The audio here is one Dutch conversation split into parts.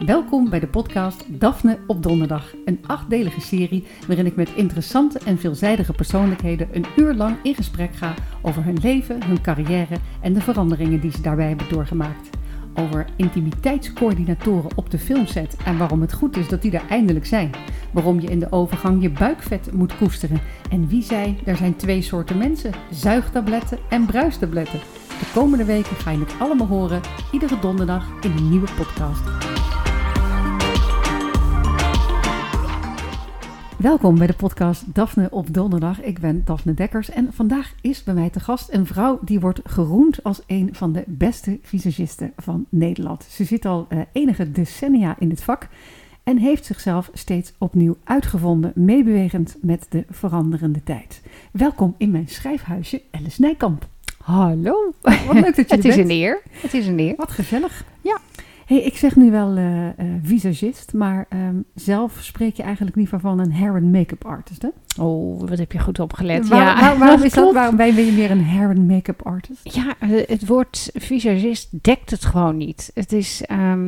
Welkom bij de podcast Daphne op donderdag. Een 8-delige serie waarin ik met interessante en veelzijdige persoonlijkheden een uur lang in gesprek ga over hun leven, hun carrière en de veranderingen die ze daarbij hebben doorgemaakt. Over intimiteitscoördinatoren op de filmset en waarom het goed is dat die er eindelijk zijn. Waarom je in de overgang je buikvet moet koesteren. En wie zei, er zijn 2 soorten mensen, zuigtabletten en bruistabletten. De komende weken ga je het allemaal horen, iedere donderdag in een nieuwe podcast. Welkom bij de podcast Daphne op donderdag. Ik ben Daphne Dekkers en vandaag is bij mij te gast een vrouw die wordt geroemd als een van de beste visagisten van Nederland. Ze zit al enige decennia in het vak en heeft zichzelf steeds opnieuw uitgevonden, meebewegend met de veranderende tijd. Welkom in mijn schrijfhuisje, Alice Nijkamp. Hallo. Wat leuk dat je er bent. Het is een eer. Het is een eer. Wat gezellig. Ja. Hey, ik zeg nu wel visagist, maar zelf spreek je eigenlijk liever van een hair and make-up artist, hè? Oh, wat heb je goed opgelet. Waarom is dat? Waarom ben je meer een hair and make-up artist? Ja, het woord visagist dekt het gewoon niet. Het is,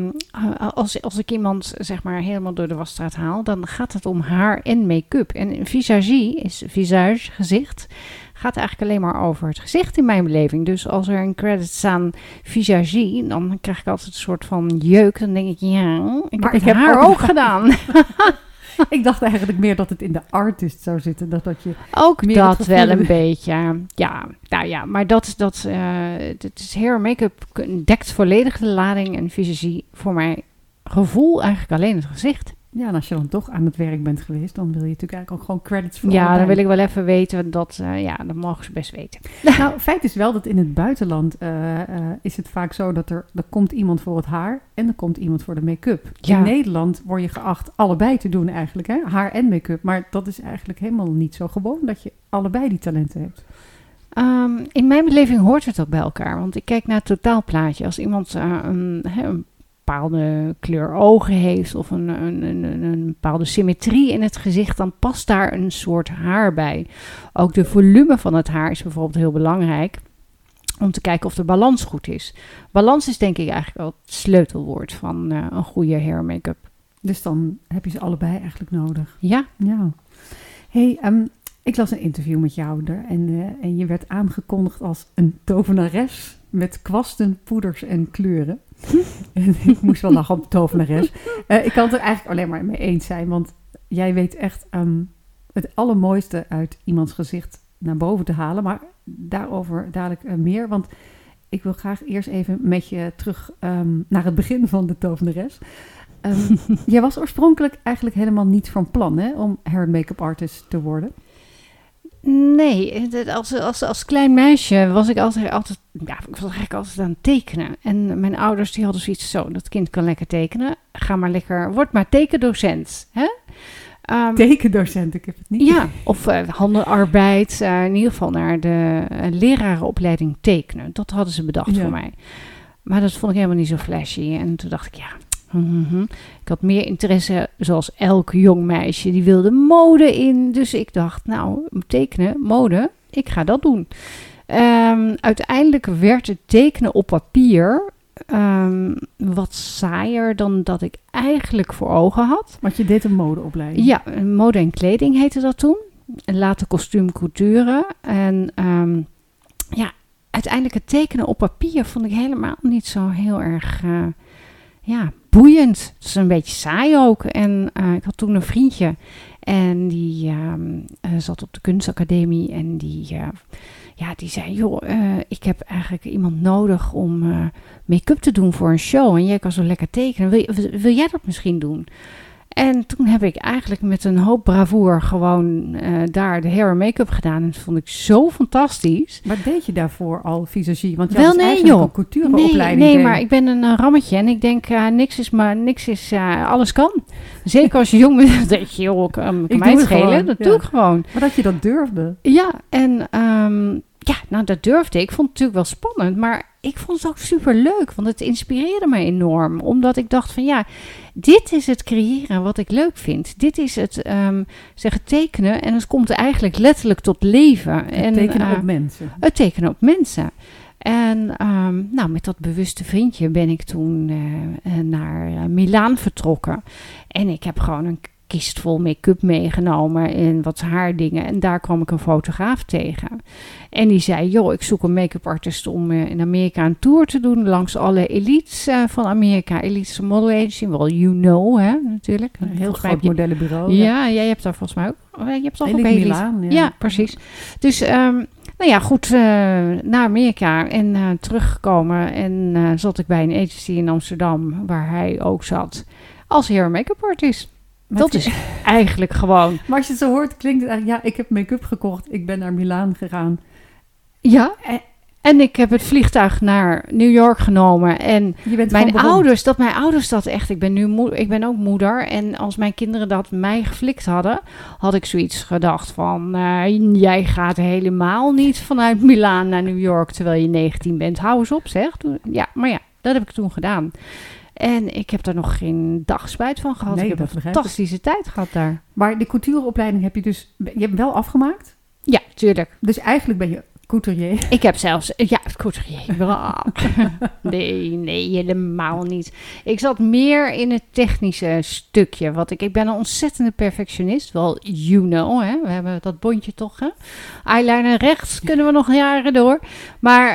als ik iemand zeg maar helemaal door de wasstraat haal, dan gaat het om haar en make-up. En visagie is visage, gezicht. Gaat eigenlijk alleen maar over het gezicht in mijn beleving. Dus als er een credit staan visagie, dan krijg ik altijd een soort van jeuk. Dan denk ik, ja, ik heb haar ook gedaan. Ik dacht eigenlijk meer dat het in de artist zou zitten. Dat je ook meer dat wel een beetje. Ja, nou ja, maar dat is hair make-up dekt volledig de lading. En visagie voor mijn gevoel eigenlijk alleen het gezicht. Ja, en als je dan toch aan het werk bent geweest, dan wil je natuurlijk eigenlijk ook gewoon credits voor. Ja, dan wil ik wel even weten dat, dat mogen ze best weten. Nou, feit is wel dat in het buitenland is het vaak zo dat er komt iemand voor het haar en er komt iemand voor de make-up. Ja. In Nederland word je geacht allebei te doen eigenlijk, hè? Haar en make-up. Maar dat is eigenlijk helemaal niet zo gewoon dat je allebei die talenten hebt. In mijn beleving hoort het ook bij elkaar, want ik kijk naar het totaalplaatje. Als iemand een bepaalde kleur ogen heeft of een bepaalde symmetrie in het gezicht, dan past daar een soort haar bij. Ook de volume van het haar is bijvoorbeeld heel belangrijk om te kijken of de balans goed is. Balans is denk ik eigenlijk wel het sleutelwoord van een goede hair make-up. Dus dan heb je ze allebei eigenlijk nodig. Ja. Hey, ik las een interview met jou en je werd aangekondigd als een tovenares met kwasten, poeders en kleuren. En ik moest wel lachen op tovenares. Ik kan het er eigenlijk alleen maar mee eens zijn, want jij weet echt het allermooiste uit iemands gezicht naar boven te halen. Maar daarover dadelijk meer, want ik wil graag eerst even met je terug naar het begin van de tovenares. Jij was oorspronkelijk eigenlijk helemaal niet van plan, hè, om hair and make-up artist te worden. Nee, als klein meisje was ik altijd eigenlijk altijd aan het tekenen. En mijn ouders die hadden zoiets zo, dat kind kan lekker tekenen. Word maar tekendocent. Hè? Tekendocent, ik heb het niet. Ja, of handenarbeid, in ieder geval naar de lerarenopleiding tekenen. Dat hadden ze bedacht voor mij. Maar dat vond ik helemaal niet zo flashy. En toen dacht ik, ik had meer interesse, zoals elk jong meisje, die wilde mode in. Dus ik dacht, tekenen, mode, ik ga dat doen. Uiteindelijk werd het tekenen op papier wat saaier dan dat ik eigenlijk voor ogen had. Want je deed een modeopleiding. Ja, mode en kleding heette dat toen. En later kostuum couture. En uiteindelijk het tekenen op papier vond ik helemaal niet zo heel erg boeiend. Het is een beetje saai ook. En ik had toen een vriendje en die zat op de kunstacademie en die zei, joh, ik heb eigenlijk iemand nodig om make-up te doen voor een show en jij kan zo lekker tekenen. Wil jij dat misschien doen? En toen heb ik eigenlijk met een hoop bravoer gewoon daar de hair en make-up gedaan. En dat vond ik zo fantastisch. Maar deed je daarvoor al visagie? Want je had eigenlijk een coutureopleiding. Nee, maar ik ben een rammetje. En ik denk, alles kan. Zeker als je jong bent, dan denk je, joh, kan mij het schelen. Dat doe ik gewoon. Maar dat je dat durfde. Ja, en dat durfde ik. Ik vond het natuurlijk wel spannend, maar ik vond het ook super leuk, want het inspireerde me enorm. Omdat ik dacht van dit is het creëren wat ik leuk vind. Dit is het tekenen en het komt eigenlijk letterlijk tot leven. Het tekenen op mensen. Het tekenen op mensen. En met dat bewuste vriendje ben ik toen naar Milaan vertrokken. En ik heb gewoon een kist vol make-up meegenomen en wat haardingen. En daar kwam ik een fotograaf tegen. En die zei, joh, ik zoek een make-up artist om in Amerika een tour te doen langs alle elites van Amerika. Elite Model Agency, wel hè, natuurlijk. Een heel groot modellenbureau. Ja, jij hebt daar volgens mij ook. Je hebt toch ook Elite Milaan. Ja, precies. Dus, naar Amerika en teruggekomen. En zat ik bij een agency in Amsterdam, waar hij ook zat, als hair make-up artist. Dat is eigenlijk gewoon... Maar als je het zo hoort, klinkt het eigenlijk... Ja, ik heb make-up gekocht. Ik ben naar Milaan gegaan. Ja, en ik heb het vliegtuig naar New York genomen. En mijn ouders dat echt... Ik ben ook moeder. En als mijn kinderen dat mij geflikt hadden, had ik zoiets gedacht van... jij gaat helemaal niet vanuit Milaan naar New York terwijl je 19 bent. Hou eens op, zeg. Ja, maar ja, dat heb ik toen gedaan. En ik heb daar nog geen dag spijt van gehad. Nee, ik heb een fantastische tijd gehad daar. Maar de coutureopleiding heb je dus... Je hebt hem wel afgemaakt? Ja, tuurlijk. Dus eigenlijk ben je couturier. Ik heb zelfs... Ja, couturier. Nee, helemaal niet. Ik zat meer in het technische stukje. Ik ben een ontzettende perfectionist. Wel, hè. We hebben dat bondje toch, hè. Eyeliner rechts, kunnen we nog jaren door. Maar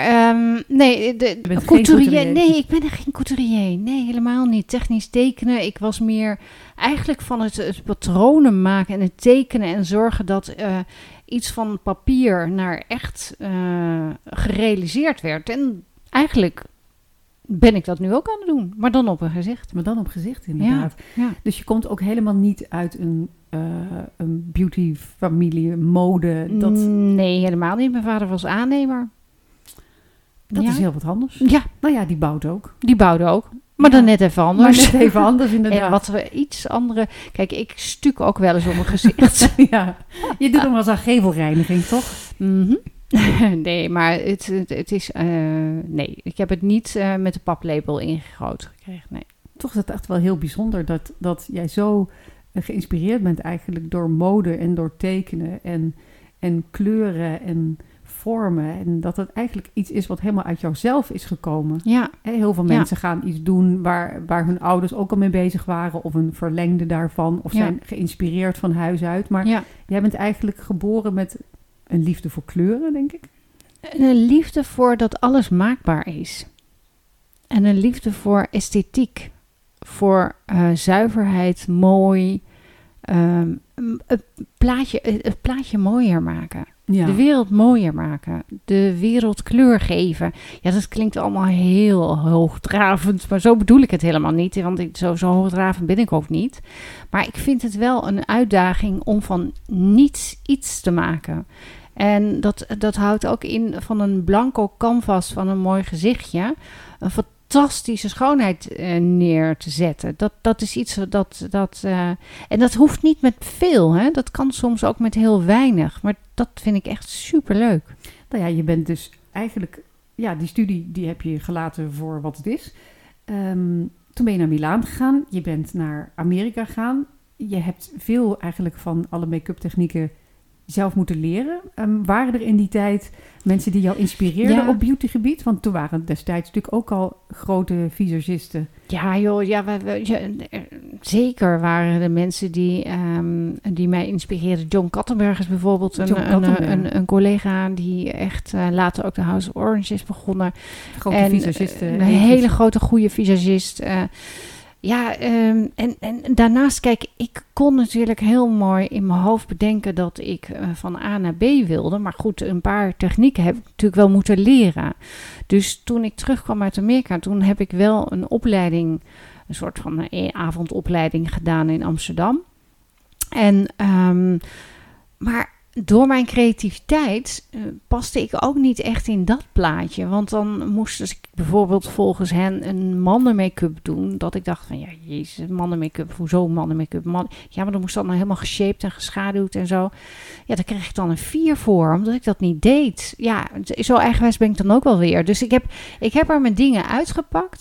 couturier. Nee, ik ben geen couturier. Nee, helemaal niet. Technisch tekenen. Ik was meer eigenlijk van het patronen maken en het tekenen en zorgen dat... iets van papier naar echt gerealiseerd werd. En eigenlijk ben ik dat nu ook aan het doen. Maar dan op een gezicht. Maar dan op gezicht, inderdaad. Ja. Dus je komt ook helemaal niet uit een beauty-familie, mode. Nee, helemaal niet. Mijn vader was aannemer. Dat is heel wat anders. Ja. Nou ja, die bouwt ook. Maar dan net even anders. Maar net even anders, inderdaad. En wat we iets andere... Kijk, ik stuk ook wel eens op mijn gezicht. Ja, je doet hem als aan gevelreiniging, toch? Mm-hmm. Nee, maar het is... nee, ik heb het niet met de paplepel ingegoten gekregen, nee. Toch is het echt wel heel bijzonder dat jij zo geïnspireerd bent eigenlijk door mode en door tekenen en kleuren en vormen. En dat het eigenlijk iets is wat helemaal uit jouzelf is gekomen. Ja. Heel veel mensen gaan iets doen waar hun ouders ook al mee bezig waren. Of een verlengde daarvan. Of zijn geïnspireerd van huis uit. Maar jij bent eigenlijk geboren met een liefde voor kleuren, denk ik. Een liefde voor dat alles maakbaar is. En een liefde voor esthetiek. Voor zuiverheid, mooi. Het plaatje mooier maken. Ja. De wereld mooier maken. De wereld kleur geven. Ja, dat klinkt allemaal heel hoogdravend. Maar zo bedoel ik het helemaal niet. Want zo hoogdravend ben ik ook niet. Maar ik vind het wel een uitdaging om van niets iets te maken. En dat houdt ook in van een blanco canvas van een mooi gezichtje. Een fantastische schoonheid neer te zetten. Dat is iets en dat hoeft niet met veel. Hè? Dat kan soms ook met heel weinig. Maar dat vind ik echt superleuk. Nou ja, je bent dus eigenlijk... Ja, die studie die heb je gelaten voor wat het is. Toen ben je naar Milaan gegaan. Je bent naar Amerika gegaan. Je hebt veel eigenlijk van alle make-up technieken zelf moeten leren. Waren er in die tijd mensen die jou inspireerden op beautygebied? Want toen waren destijds natuurlijk ook al grote visagisten. Ja joh, zeker waren er mensen die mij inspireerden. John Kattenberg is bijvoorbeeld een collega die echt later ook de House of Orange is begonnen. Grote visagisten. Een hele grote goede visagist. En daarnaast, kijk, ik kon natuurlijk heel mooi in mijn hoofd bedenken dat ik van A naar B wilde. Maar goed, een paar technieken heb ik natuurlijk wel moeten leren. Dus toen ik terugkwam uit Amerika, toen heb ik wel een opleiding, een soort van een avondopleiding gedaan in Amsterdam. Maar door mijn creativiteit paste ik ook niet echt in dat plaatje. Want dan moest ik bijvoorbeeld volgens hen een mannen-make-up doen. Dat ik dacht van, ja, jezus, mannen-make-up, hoezo mannen-make-up? Ja, maar dan moest dat nou helemaal geshaped en geschaduwd en zo. Ja, daar kreeg ik dan een 4 voor, omdat ik dat niet deed. Ja, zo eigenwijs ben ik dan ook wel weer. Dus ik heb er mijn dingen uitgepakt.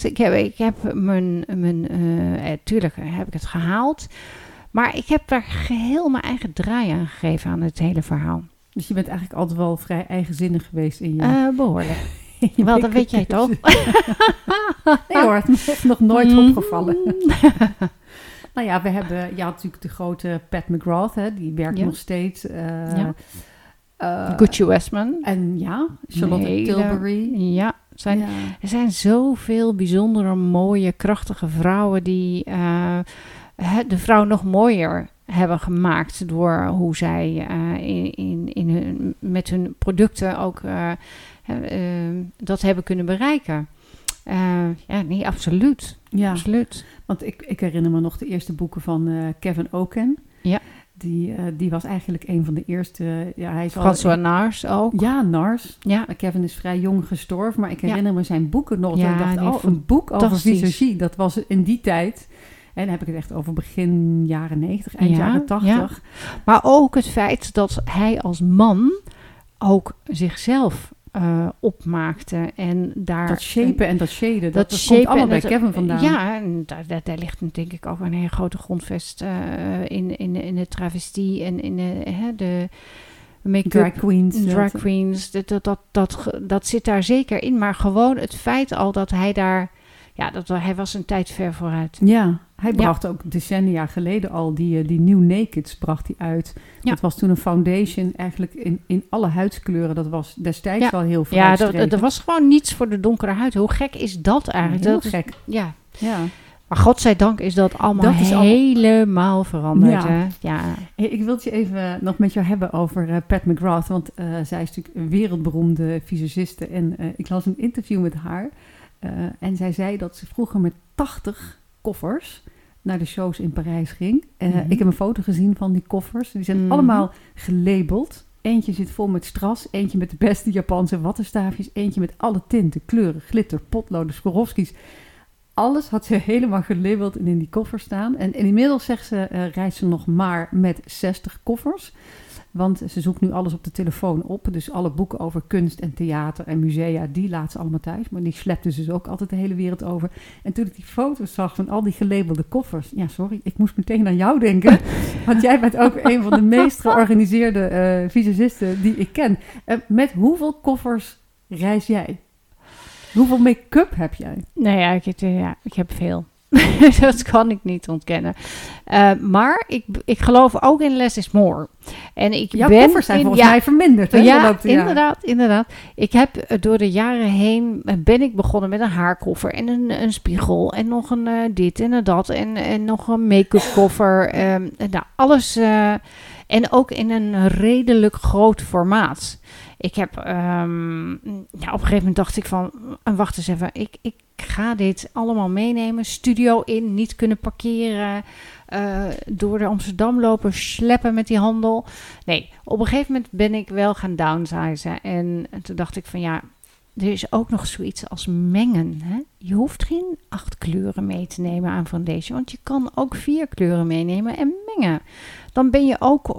Tuurlijk heb ik het gehaald. Maar ik heb daar geheel mijn eigen draai aan gegeven aan het hele verhaal. Dus je bent eigenlijk altijd wel vrij eigenzinnig geweest in je... Behoorlijk. Wel, dat weet jij toch? Nee hoor, het is nog nooit opgevallen. Nou ja, we hebben natuurlijk de grote Pat McGrath, hè, die werkt nog steeds. Gucci Westman. En Charlotte Tilbury. Ja, er zijn zoveel bijzondere, mooie, krachtige vrouwen die de vrouw nog mooier hebben gemaakt door hoe zij met hun producten ook dat hebben kunnen bereiken. Absoluut. Ja, absoluut. Want ik herinner me nog de eerste boeken van Kevin Aucoin. Ja. Die was eigenlijk een van de eerste... François Nars ook. Ja, Nars. Ja. Kevin is vrij jong gestorven, maar ik herinner me zijn boeken nog. Ja, ik dacht, een boek over visagie, dat was in die tijd... En dan heb ik het echt over begin jaren 90, eind jaren 80. Ja. Maar ook het feit dat hij als man ook zichzelf opmaakte. En daar, dat shapen en dat shaden, dat komt allemaal bij Kevin vandaan. Ja, en daar ligt denk ik ook een hele grote grondvest in de travestie en in de make-up. Drag queens. Dat zit daar zeker in. Maar gewoon het feit al dat hij daar... Ja, hij was een tijd ver vooruit. Ja, hij bracht ook decennia geleden al die New Nakeds bracht hij uit. Ja. Dat was toen een foundation eigenlijk in alle huidskleuren. Dat was destijds wel heel vooruitstrevend. Ja, er was gewoon niets voor de donkere huid. Hoe gek is dat eigenlijk? Heel gek. Ja. Maar godzijdank is dat allemaal helemaal veranderd. Ja. Hè? Ja. Hey, ik wil het je even nog met jou hebben over Pat McGrath. Want zij is natuurlijk een wereldberoemde visagiste. En ik las een interview met haar... en zij zei dat ze vroeger met 80 koffers naar de shows in Parijs ging. Ik heb een foto gezien van die koffers. Die zijn allemaal gelabeld. Eentje zit vol met strass. Eentje met de beste Japanse wattenstaafjes. Eentje met alle tinten, kleuren, glitter, potloden, Swarovski's. Alles had ze helemaal gelabeld en in die koffer staan. En inmiddels zegt ze, reist ze nog maar met 60 koffers. Want ze zoekt nu alles op de telefoon op. Dus alle boeken over kunst en theater en musea, die laat ze allemaal thuis. Maar die slepte ze dus ook altijd de hele wereld over. En toen ik die foto's zag van al die gelabelde koffers. Ja, sorry, ik moest meteen aan jou denken. Want jij bent ook een van de meest georganiseerde visagisten die ik ken. Met hoeveel koffers reis jij? Hoeveel make-up heb jij? Nou ja, ik heb veel. Dat kan ik niet ontkennen. Maar ik geloof ook in less is more. En jouw koffers zijn volgens mij verminderd. Hè, ja, inderdaad. Ik heb door de jaren heen ben ik begonnen met een haarkoffer en een spiegel en nog een dit en een dat en nog een make-up koffer. Alles. En ook in een redelijk groot formaat. Ik heb op een gegeven moment dacht ik van, wacht eens even, ik ga dit allemaal meenemen, studio in, niet kunnen parkeren, door de Amsterdam lopen, sleppen met die handel. Nee, op een gegeven moment ben ik wel gaan downsizen en toen dacht ik van er is ook nog zoiets als mengen. Hè? Je hoeft geen 8 kleuren mee te nemen aan foundation, want je kan ook 4 kleuren meenemen en mengen. Dan ben je ook...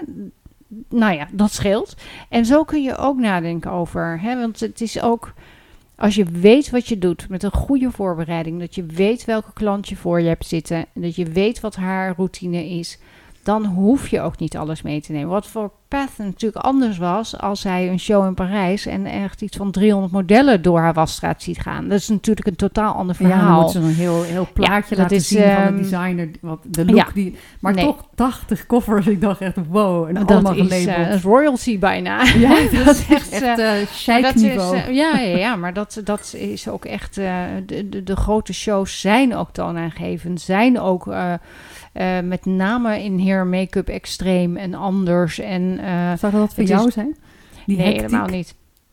dat scheelt. En zo kun je ook nadenken over. Hè? Want het is ook... Als je weet wat je doet met een goede voorbereiding... dat je weet welke klant je voor je hebt zitten... en dat je weet wat haar routine is... dan hoef je ook niet alles mee te nemen. Wat voor Pat natuurlijk anders was... als hij een show in Parijs... en echt iets van 300 modellen door haar wasstraat ziet gaan. Dat is natuurlijk een totaal ander verhaal. Ja, dan moet ze een heel plaatje laten zien van de designer. De look die... Maar toch 80 koffers. Ik dacht echt, wow. En dat allemaal is gelabeld. Royalty bijna. Ja, dat is echt chic niveau. Ja, maar dat is ook echt... de grote shows zijn ook toonaangevend. Zijn ook... met name in hair make-up extreem en anders. En, zou dat voor jou zijn? Nee, helemaal niet.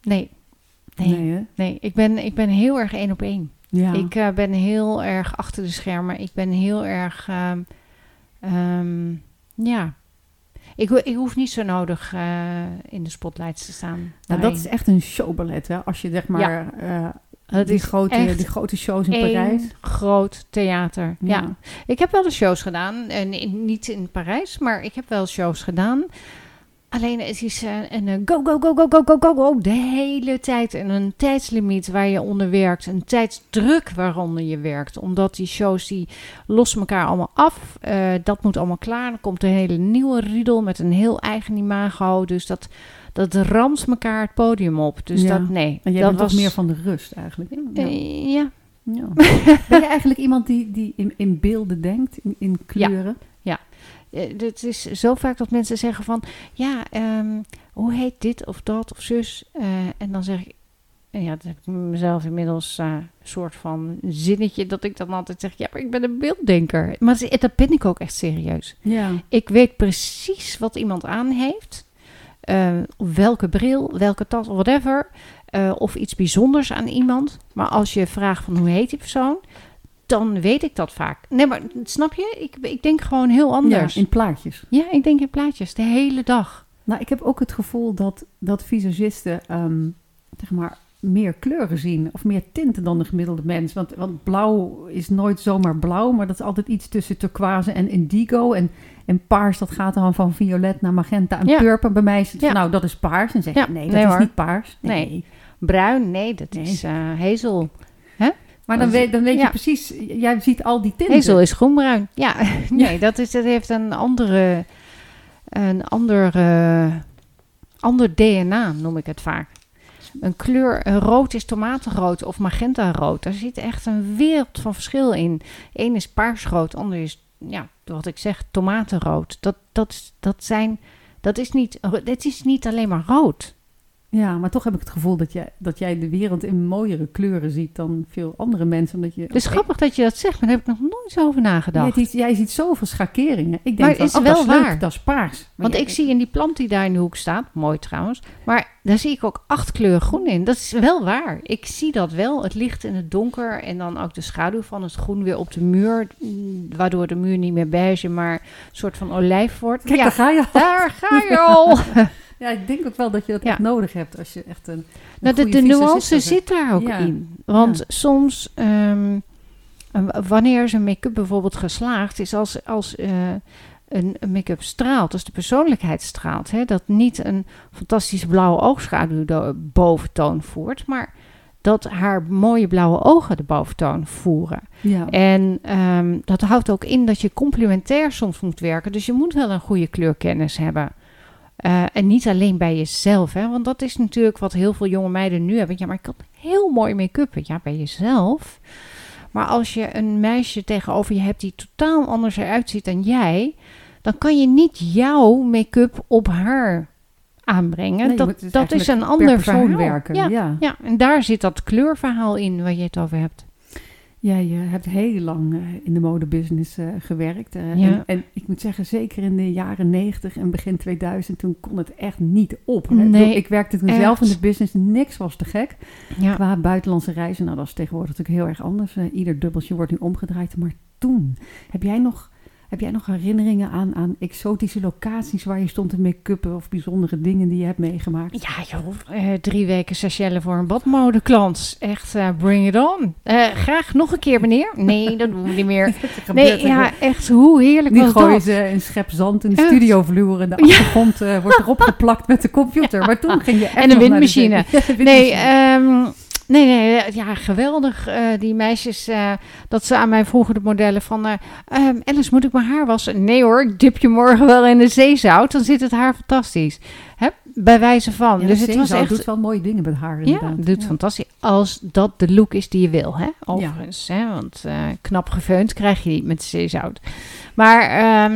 Nee. Ik ben heel erg 1 op 1. Ja. Ik ben heel erg achter de schermen. Ik ben heel erg... Ik hoef niet zo nodig in de spotlights te staan. Nou, dat is echt een showballet, hè? Als je zeg maar... Die grote shows in Parijs. Groot theater. Ja. Ik heb wel de shows gedaan. En niet in Parijs, maar ik heb wel shows gedaan. Alleen het is een go, go, go, go, go, go, go, go, de hele tijd. En een tijdslimiet waar je onder werkt. Een tijdsdruk waaronder je werkt. Omdat die shows die lossen elkaar allemaal af. Dat moet allemaal klaar. Dan komt een hele nieuwe riedel met een heel eigen imago. Dus dat ramt elkaar het podium op. Dus dat, nee. En jij dat bent was toch meer van de rust eigenlijk? ja. Ja. Ben je eigenlijk iemand die in beelden denkt? In kleuren? Ja. Het is zo vaak dat mensen zeggen van... Ja, hoe heet dit of dat of zus? En dan zeg ik... Ja, dat heb ik mezelf inmiddels een soort van zinnetje... dat ik dan altijd zeg... Ja, maar ik ben een beelddenker. Maar dat ben ik ook echt serieus. Ja. Ik weet precies wat iemand aan heeft. Welke bril, welke tas, whatever. Of iets bijzonders aan iemand. Maar als je vraagt van hoe heet die persoon... dan weet ik dat vaak. Nee, maar snap je? Ik denk gewoon heel anders. Ja, in plaatjes. Ja, ik denk in plaatjes. De hele dag. Nou, ik heb ook het gevoel dat visagisten zeg maar meer kleuren zien. Of meer tinten dan de gemiddelde mens. Want blauw is nooit zomaar blauw. Maar dat is altijd iets tussen turquoise en indigo. En paars, dat gaat dan van violet naar magenta en purper. Bij mij is het van, nou, dat is paars. En zeg je, nee, dat is niet paars. Nee. Bruin, nee, dat is hazel. Maar dan weet je precies, jij ziet al die tinten. Hazel is groenbruin. Ja, nee, dat heeft een ander DNA, noem ik het vaak. Een kleur, rood is tomatenrood of magenta rood. Daar zit echt een wereld van verschil in. Eén is paarsrood, ander is, wat ik zeg, tomatenrood. Het is niet alleen maar rood. Ja, maar toch heb ik het gevoel dat jij de wereld in mooiere kleuren ziet dan veel andere mensen. Het is grappig dat je dat zegt, maar daar heb ik nog nooit zo over nagedacht. Jij ziet zoveel schakeringen. Ik denk maar het is wel dat waar. Leuk, dat is paars. Want ik zie in die plant die daar in de hoek staat, mooi trouwens, maar daar zie ik ook 8 kleuren groen in. Dat is wel waar. Ik zie dat wel, het licht in het donker en dan ook de schaduw van het groen weer op de muur, waardoor de muur niet meer beige, maar een soort van olijf wordt. Kijk, daar ga je al. Daar ga je al. Ja, ik denk ook wel dat je dat echt nodig hebt als je echt een de nuance zit daar ook in. Want soms, wanneer is een make-up bijvoorbeeld geslaagd, is als een make-up straalt, als de persoonlijkheid straalt. Hè, dat niet een fantastische blauwe oogschaduw de boventoon voert, maar dat haar mooie blauwe ogen de boventoon voeren. Ja. En dat houdt ook in dat je complementair soms moet werken. Dus je moet wel een goede kleurkennis hebben. En niet alleen bij jezelf, hè? Want dat is natuurlijk wat heel veel jonge meiden nu hebben. Ja, maar ik kan heel mooi make-up. Ja, bij jezelf. Maar als je een meisje tegenover je hebt die totaal anders eruit ziet dan jij, dan kan je niet jouw make-up op haar aanbrengen. Nee, dat is een ander verhaal. Werken. Ja, en daar zit dat kleurverhaal in waar je het over hebt. Ja, je hebt heel lang in de modebusiness gewerkt. En ik moet zeggen, zeker in de jaren 90 en begin 2000, toen kon het echt niet op. Nee, ik werkte toen zelf in de business, niks was te gek. Ja. Qua buitenlandse reizen, nou dat is tegenwoordig natuurlijk heel erg anders. Ieder dubbeltje wordt nu omgedraaid. Maar toen, heb jij nog herinneringen aan exotische locaties waar je stond te make-uppen of bijzondere dingen die je hebt meegemaakt? Ja joh, 3 weken Seychelles voor een badmodeklant. Echt, bring it on. Graag nog een keer, meneer. Nee, dat doen we niet meer. Nee, ja, echt, hoe heerlijk was dat? Nu gooien ze een schep zand in de studiovloer en de achtergrond wordt erop geplakt met de computer. Maar toen ging je echt en een windmachine. Nee, Nee, ja, geweldig. Die meisjes, dat ze aan mij vroegen, de modellen, van... Alice, moet ik mijn haar wassen? Nee hoor, ik dip je morgen wel in de zeezout. Dan zit het haar fantastisch. Hè? Bij wijze van. Ja, dus het was echt... doet wel mooie dingen met haar inderdaad. Ja, doet fantastisch. Als dat de look is die je wil, hè? Overigens. Hè? Want knap gefeund krijg je niet met zeezout. Maar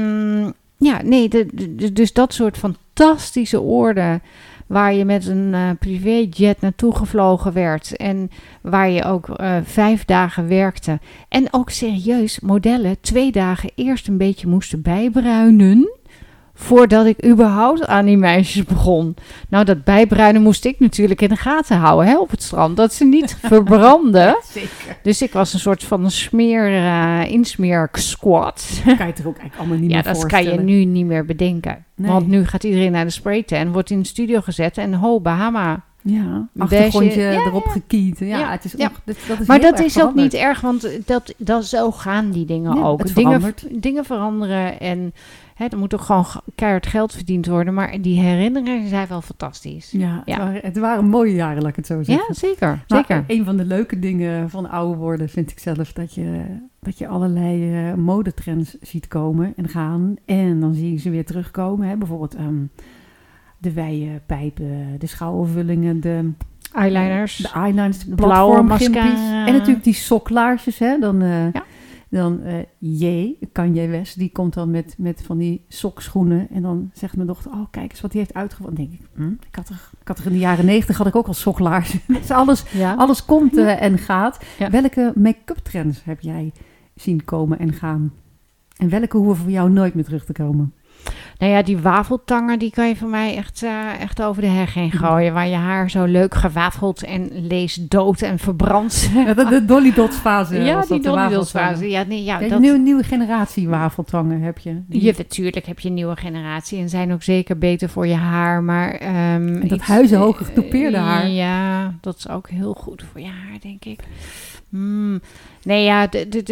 dus dat soort fantastische oorden, waar je met een privéjet naartoe gevlogen werd en waar je ook 5 dagen werkte. En ook serieus modellen 2 dagen eerst een beetje moesten bijbruinen voordat ik überhaupt aan die meisjes begon. Nou, dat bijbruinen moest ik natuurlijk in de gaten houden, hè, op het strand. Dat ze niet verbranden. Zeker. Dus ik was een soort van een insmeer-squad. Dat kan je toch ook eigenlijk allemaal niet meer voorstellen. Ja, dat kan je nu niet meer bedenken. Nee. Want nu gaat iedereen naar de spraytan, wordt in de studio gezet en ho, Bahama Ja, achtergrondje erop gekiet. Ja, het is dat is maar heel dat erg is veranderd. ook niet erg, want dat zo gaan die dingen ook. Het verandert. Dingen veranderen en er moet ook gewoon keihard geld verdiend worden. Maar die herinneringen zijn wel fantastisch. Ja, het waren mooie jaren, laat ik het zo zeggen. Ja, zeker. Maar zeker. een van de leuke dingen van ouder worden vind ik zelf dat je allerlei modetrends ziet komen en gaan. En dan zie je ze weer terugkomen. Hè? Bijvoorbeeld de wijpijpen, de schoudervullingen, de eyeliners, de blauwe platformgimpies. mascara. En natuurlijk die soklaarsjes. Hè? Dan Kanye West, die komt dan met van die sokschoenen. En dan zegt mijn dochter, oh kijk eens wat hij heeft uitgevonden. Dan denk ik, ik had er in de jaren 90 had ik ook al soklaarzen. Dus alles komt en gaat. Ja. Welke make-up trends heb jij zien komen en gaan? En welke hoeven voor jou nooit meer terug te komen? Nou ja, die wafeltangen, die kan je van mij echt over de heg heen gooien. Waar je haar zo leuk gewafeld en leesdood en verbrandt. Ja, de Dolly Dots fase. Ja, die Dolly Dots fase. Een nieuwe generatie wafeltangen heb je. Natuurlijk heb je een nieuwe generatie. En zijn ook zeker beter voor je haar. Maar en dat huizenhoge getoupeerde haar. Ja, dat is ook heel goed voor je haar, denk ik. Nee, ja,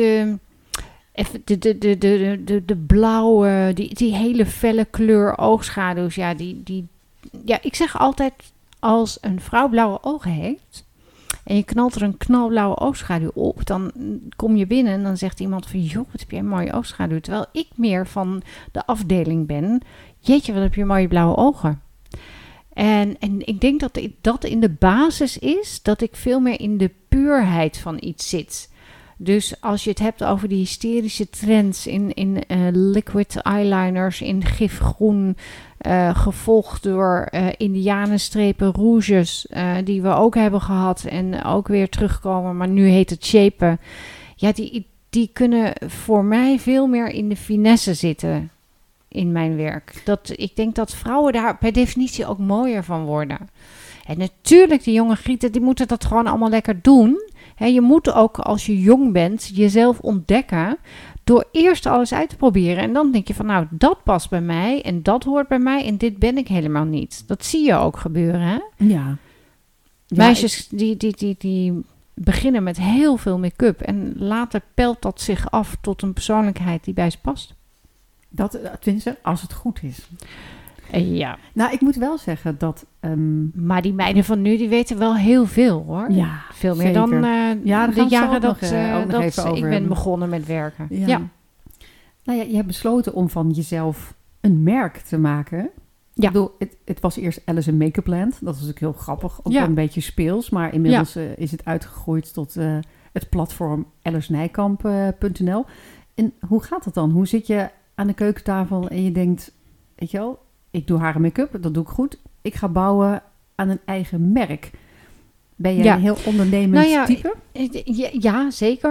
de blauwe, die hele felle kleur oogschaduws. Ja, ik zeg altijd, als een vrouw blauwe ogen heeft en je knalt er een knalblauwe oogschaduw op, dan kom je binnen en dan zegt iemand van, joh, wat heb jij een mooie oogschaduw. Terwijl ik meer van de afdeling ben, jeetje, wat heb je mooie blauwe ogen. En ik denk dat in de basis is dat ik veel meer in de puurheid van iets zit. Dus als je het hebt over die hysterische trends in liquid eyeliners, in gifgroen, gevolgd door indianenstrepen rouges, die we ook hebben gehad en ook weer terugkomen, maar nu heet het shapen. Ja, die kunnen voor mij veel meer in de finesse zitten in mijn werk. Ik denk dat vrouwen daar per definitie ook mooier van worden. En natuurlijk, die jonge grieten, die moeten dat gewoon allemaal lekker doen. Je moet ook, als je jong bent, jezelf ontdekken door eerst alles uit te proberen. En dan denk je van, nou, dat past bij mij en dat hoort bij mij en dit ben ik helemaal niet. Dat zie je ook gebeuren, hè? Ja. Meisjes die beginnen met heel veel make-up en later pelt dat zich af tot een persoonlijkheid die bij ze past. Tenminste, als het goed is. Ja. Nou, ik moet wel zeggen dat... maar die meiden van nu, die weten wel heel veel, hoor. Ja, veel meer dan de jaren dat ik ben hebben. begonnen met werken. Ja. Nou ja, je hebt besloten om van jezelf een merk te maken. Ja. Ik bedoel, het was eerst Alice Make-up Land. Dat was natuurlijk heel grappig. Ook wel een beetje speels. Maar inmiddels is het uitgegroeid tot het platform ellersnijkamp.nl. En hoe gaat het dan? Hoe zit je aan de keukentafel en je denkt, weet je wel, ik doe haar make-up, dat doe ik goed. Ik ga bouwen aan een eigen merk. Ben je een heel ondernemend type? Ja, zeker.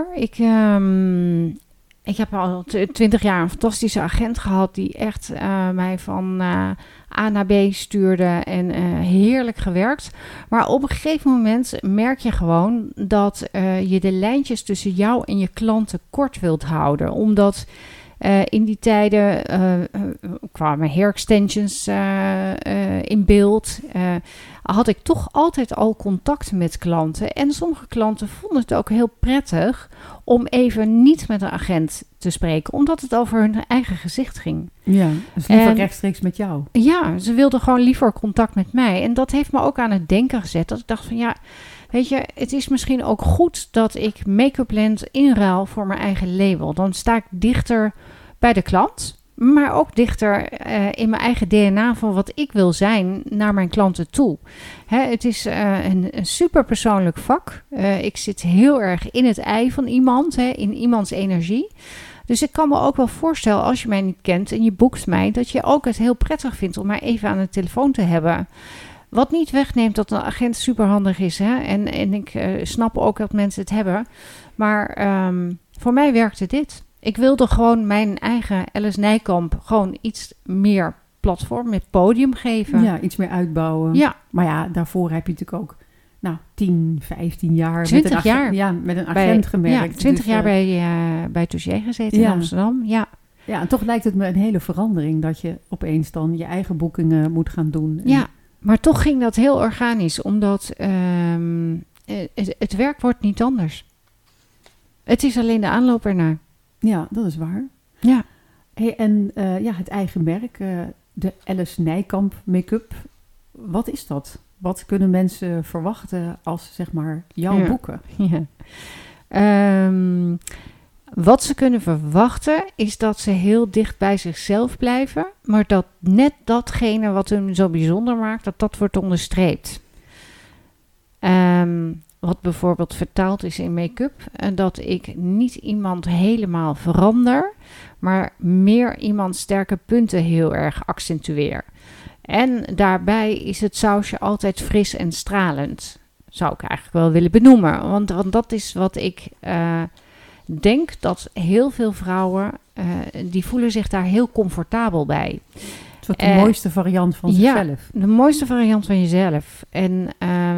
Ik heb al 20 jaar een fantastische agent gehad die echt mij van A naar B stuurde en heerlijk gewerkt. Maar op een gegeven moment merk je gewoon dat je de lijntjes tussen jou en je klanten kort wilt houden. Omdat in die tijden kwamen hair extensions in beeld. Had ik toch altijd al contact met klanten. En sommige klanten vonden het ook heel prettig om even niet met een agent te spreken. Omdat het over hun eigen gezicht ging. Ja, dus liever rechtstreeks met jou. Ja, ze wilden gewoon liever contact met mij. En dat heeft me ook aan het denken gezet. Dat ik dacht van weet je, het is misschien ook goed dat ik Make-up Land inruil voor mijn eigen label. Dan sta ik dichter bij de klant, maar ook dichter in mijn eigen DNA van wat ik wil zijn naar mijn klanten toe. Het is een super persoonlijk vak. Ik zit heel erg in het ei van iemand, in iemands energie. Dus ik kan me ook wel voorstellen, als je mij niet kent en je boekt mij, dat je ook het heel prettig vindt om mij even aan de telefoon te hebben. Wat niet wegneemt dat een agent superhandig is. En ik snap ook dat mensen het hebben. Maar voor mij werkte dit. Ik wilde gewoon mijn eigen Alice Nijkamp gewoon iets meer platform met podium geven. Ja, iets meer uitbouwen. Ja. Maar ja, daarvoor heb je natuurlijk ook 10, 15 jaar 20 jaar met een agent gemerkt. Ja, 20 jaar bij Touché gezeten in Amsterdam. Ja. Ja, en toch lijkt het me een hele verandering dat je opeens dan je eigen boekingen moet gaan doen. En Maar toch ging dat heel organisch, omdat het werk wordt niet anders. Het is alleen de aanloop ernaar. Ja, dat is waar. Ja. Hey, en het eigen merk, de Alice Nijkamp make-up. Wat is dat? Wat kunnen mensen verwachten als, zeg maar, jouw boeken? Ja. Wat ze kunnen verwachten is dat ze heel dicht bij zichzelf blijven, maar dat net datgene wat hun zo bijzonder maakt, dat wordt onderstreept. Wat bijvoorbeeld vertaald is in make-up, dat ik niet iemand helemaal verander, maar meer iemands sterke punten heel erg accentueer. En daarbij is het sausje altijd fris en stralend. Zou ik eigenlijk wel willen benoemen. Want dat is wat ik denk dat heel veel vrouwen, die voelen zich daar heel comfortabel bij. Het wordt de mooiste variant van zichzelf. Ja, de mooiste variant van jezelf. En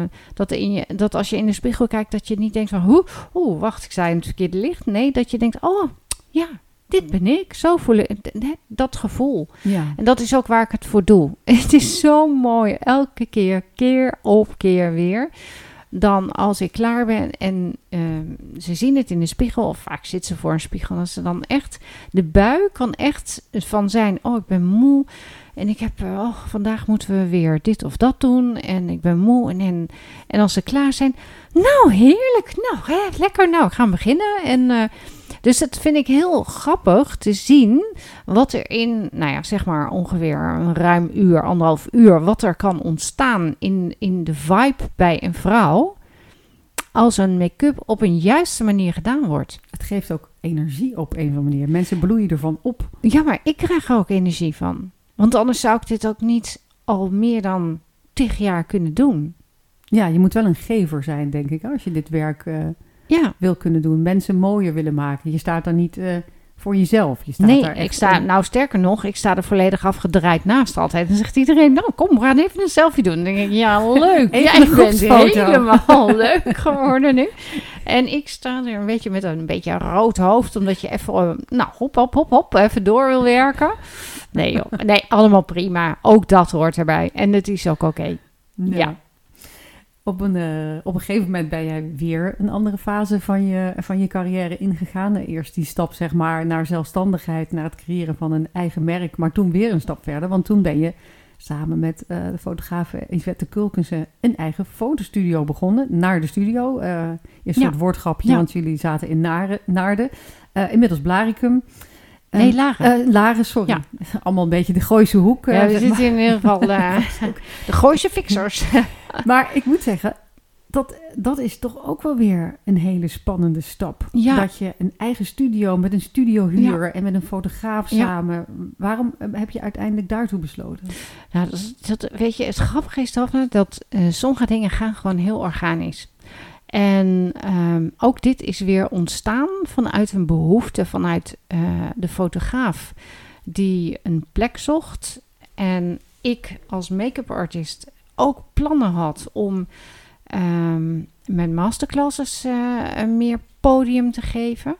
dat als je in de spiegel kijkt, dat je niet denkt van, wacht, ik sta in het verkeerde licht. Nee, dat je denkt, oh, ja, dit ben ik. Zo voelen, dat gevoel. Ja. En dat is ook waar ik het voor doe. Het is zo mooi, elke keer op keer weer. Dan als ik klaar ben en ze zien het in de spiegel, of vaak zit ze voor een spiegel, en ze dan echt, de bui kan echt van zijn, oh, ik ben moe en ik heb, vandaag moeten we weer dit of dat doen en ik ben moe. En als ze klaar zijn, nou, heerlijk, nou, lekker, nou, ik ga beginnen. En dus dat vind ik heel grappig te zien wat er in, nou ja, zeg maar ongeveer een ruim uur, 1,5 uur, wat er kan ontstaan in de vibe bij een vrouw als een make-up op een juiste manier gedaan wordt. Het geeft ook energie op een of andere manier. Mensen bloeien ervan op. Ja, maar ik krijg er ook energie van. Want anders zou ik dit ook niet al meer dan 10 jaar kunnen doen. Ja, je moet wel een gever zijn, denk ik, als je dit werk wil kunnen doen. Mensen mooier willen maken. Je staat daar niet voor jezelf. Je staat daar echt nou sterker nog, ik sta er volledig afgedraaid naast altijd. Dan zegt iedereen, nou kom, we gaan even een selfie doen. Dan denk ik, ja leuk. Jij bent helemaal leuk geworden nu. En ik sta er een beetje met een beetje rood hoofd, omdat je even, hop, even door wil werken. Nee joh, nee, allemaal prima. Ook dat hoort erbij. En het is ook oké. Ja. Op een gegeven moment ben jij weer een andere fase van je carrière ingegaan. Eerst die stap, zeg maar, naar zelfstandigheid, naar het creëren van een eigen merk. Maar toen weer een stap verder, want toen ben je samen met de fotograaf Yvette Kulkense een eigen fotostudio begonnen. Naar de studio. Een soort woordgrapje, want jullie zaten in Naarden. Inmiddels Blaricum. Nee, Laren. Laren, sorry. Ja. Allemaal een beetje de Gooise hoek. Ja, we zitten in ieder geval de Gooise fixers. Maar ik moet zeggen, dat is toch ook wel weer een hele spannende stap. Ja. Dat je een eigen studio met een studiohuur en met een fotograaf samen. Waarom heb je uiteindelijk daartoe besloten? Nou, weet je, het grappige is toch dat sommige dingen gaan gewoon heel organisch. En ook dit is weer ontstaan vanuit een behoefte vanuit de fotograaf die een plek zocht. En ik als make-up artist ook plannen had om mijn masterclasses meer podium te geven.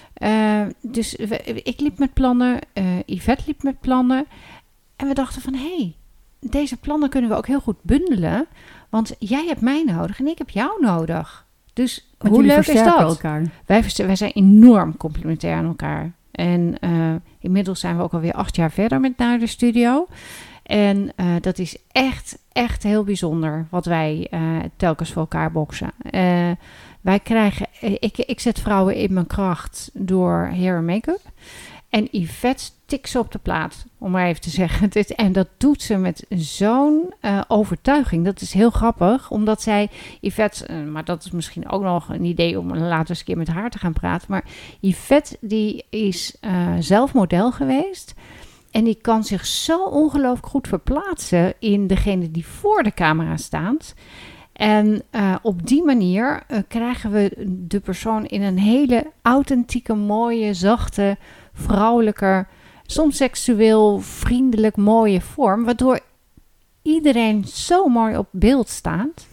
Dus ik liep met plannen, Yvette liep met plannen. En we dachten van, deze plannen kunnen we ook heel goed bundelen. Want jij hebt mij nodig en ik heb jou nodig. Dus want hoe leuk is dat? Elkaar. Wij zijn enorm complementair aan elkaar. En inmiddels zijn we ook alweer 8 jaar verder met Naar de Studio. En dat is echt heel bijzonder wat wij telkens voor elkaar boksen. Wij krijgen, ik zet vrouwen in mijn kracht door hair en make-up. En Yvette tikt ze op de plaat, om maar even te zeggen. En dat doet ze met zo'n overtuiging. Dat is heel grappig, omdat Yvette, maar dat is misschien ook nog een idee om later eens een keer met haar te gaan praten. Maar Yvette, die is zelf model geweest. En die kan zich zo ongelooflijk goed verplaatsen in degene die voor de camera staat. En op die manier krijgen we de persoon in een hele authentieke, mooie, zachte, vrouwelijke, soms seksueel, vriendelijk, mooie vorm. Waardoor iedereen zo mooi op beeld staat.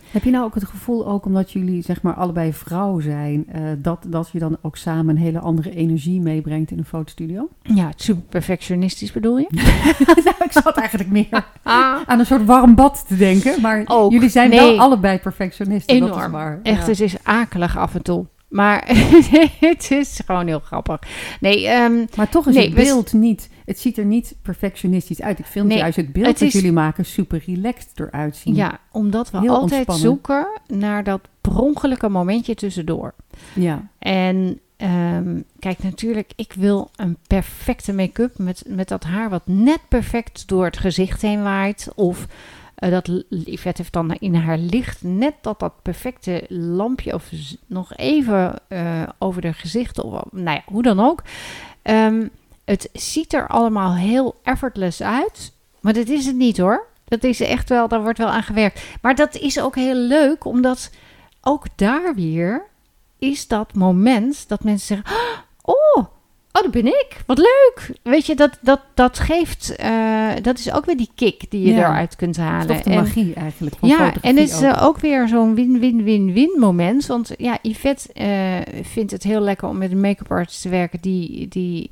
Heb je nou ook het gevoel, ook omdat jullie zeg maar allebei vrouw zijn, dat je dan ook samen een hele andere energie meebrengt in een fotostudio? Ja, super perfectionistisch bedoel je? Nou, ik zat eigenlijk meer aan een soort warm bad te denken. Maar ook, jullie zijn wel allebei perfectionisten. Enorm. Dat is waar. Echt, het is akelig af en toe. Maar het is gewoon heel grappig. Nee, maar toch is het beeld niet... Het ziet er niet perfectionistisch uit. Ik vind juist het beeld dat jullie maken super relaxed eruit zien. Ja, omdat we heel altijd ontspannen zoeken naar dat per momentje tussendoor. Ja. En kijk, natuurlijk, ik wil een perfecte make-up met dat haar wat net perfect door het gezicht heen waait. Of dat Yvette heeft dan in haar licht net dat perfecte lampje of nog even over haar gezicht. Of, nou ja, hoe dan ook. Het ziet er allemaal heel effortless uit. Maar dat is het niet hoor. Dat is echt wel, daar wordt wel aan gewerkt. Maar dat is ook heel leuk, omdat ook daar weer is dat moment dat mensen zeggen... Oh, dat ben ik. Wat leuk. Weet je, dat geeft... dat is ook weer die kick die je eruit kunt halen. Dat is toch de magie eigenlijk van fotografie. En het is ook weer zo'n win-win-win-win moment. Want ja, Yvette vindt het heel lekker om met een make-up artist te werken die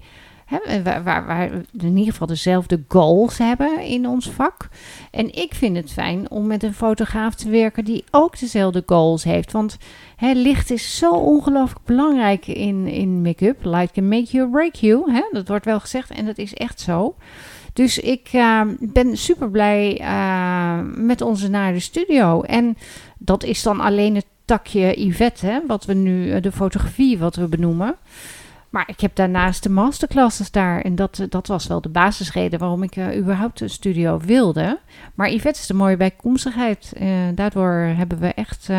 waar we in ieder geval dezelfde goals hebben in ons vak. En ik vind het fijn om met een fotograaf te werken die ook dezelfde goals heeft. Want licht is zo ongelooflijk belangrijk in make-up. Light can make you or break you. Dat wordt wel gezegd en dat is echt zo. Dus ik ben super blij met onze naar de studio. En dat is dan alleen het takje Yvette, wat we nu, de fotografie wat we benoemen. Maar ik heb daarnaast de masterclasses daar. En dat was wel de basisreden waarom ik überhaupt een studio wilde. Maar Yvette is de mooie bijkomstigheid. Daardoor hebben we echt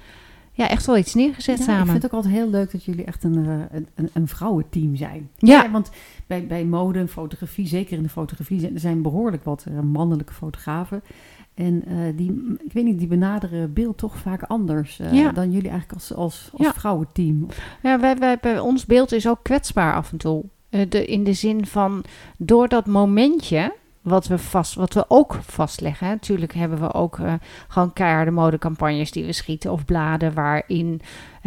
wel iets neergezet samen. Ik vind het ook altijd heel leuk dat jullie echt een vrouwenteam zijn. Ja. Want bij mode en fotografie, zeker in de fotografie, er zijn behoorlijk wat mannelijke fotografen. En ik weet niet, die benaderen beeld toch vaak anders dan jullie eigenlijk als vrouwenteam. Ja, bij ons beeld is ook kwetsbaar af en toe. In de zin van, door dat momentje, wat we ook vastleggen. Hè. Natuurlijk hebben we ook gewoon keiharde modecampagnes die we schieten. Of bladen waarin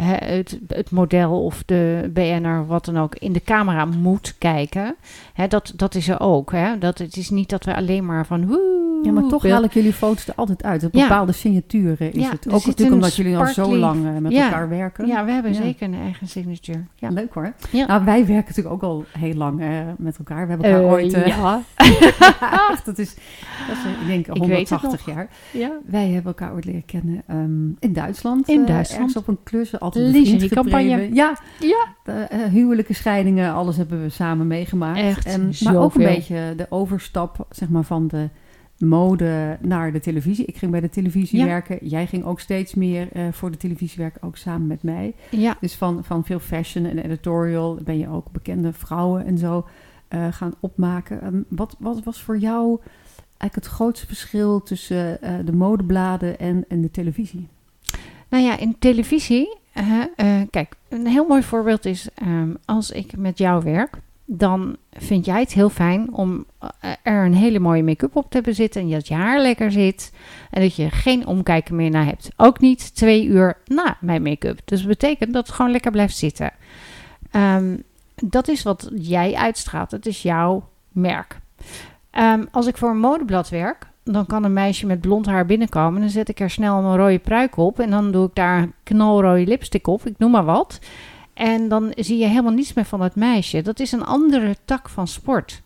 het model of de BN'er, wat dan ook, in de camera moet kijken. Dat is er ook. Het is niet dat we alleen maar van... Ja, maar toch haal ik jullie foto's er altijd uit. Een bepaalde signaturen is het. Ook natuurlijk omdat jullie al zo lang met elkaar werken. Ja, we hebben zeker een eigen signatuur. Ja. Leuk hoor. Ja. Nou, wij werken natuurlijk ook al heel lang met elkaar. We hebben elkaar ooit... dat is ik denk 180 jaar. Ja. Wij hebben elkaar ooit leren kennen in Duitsland. Ergens op een klus. Altijd lingeriecampagne. Ja. Huwelijke scheidingen. Alles hebben we samen meegemaakt. Echt maar ook een beetje de overstap, zeg maar, van de mode naar de televisie. Ik ging bij de televisie werken. Jij ging ook steeds meer voor de televisie werken, ook samen met mij. Ja. Dus van veel fashion en editorial ben je ook bekende vrouwen en zo gaan opmaken. Wat was voor jou eigenlijk het grootste verschil tussen de modebladen en de televisie? Nou ja, in televisie... kijk, een heel mooi voorbeeld is... als ik met jou werk... dan vind jij het heel fijn om er een hele mooie make-up op te hebben zitten... en dat je haar lekker zit... en dat je geen omkijken meer naar hebt. Ook niet 2 uur na mijn make-up. Dus dat betekent dat het gewoon lekker blijft zitten. Dat is wat jij uitstraalt. Het is jouw merk. Als ik voor een modeblad werk... dan kan een meisje met blond haar binnenkomen... dan zet ik er snel een rode pruik op... en dan doe ik daar een knalrode lipstick op. Ik noem maar wat... En dan zie je helemaal niets meer van dat meisje. Dat is een andere tak van sport.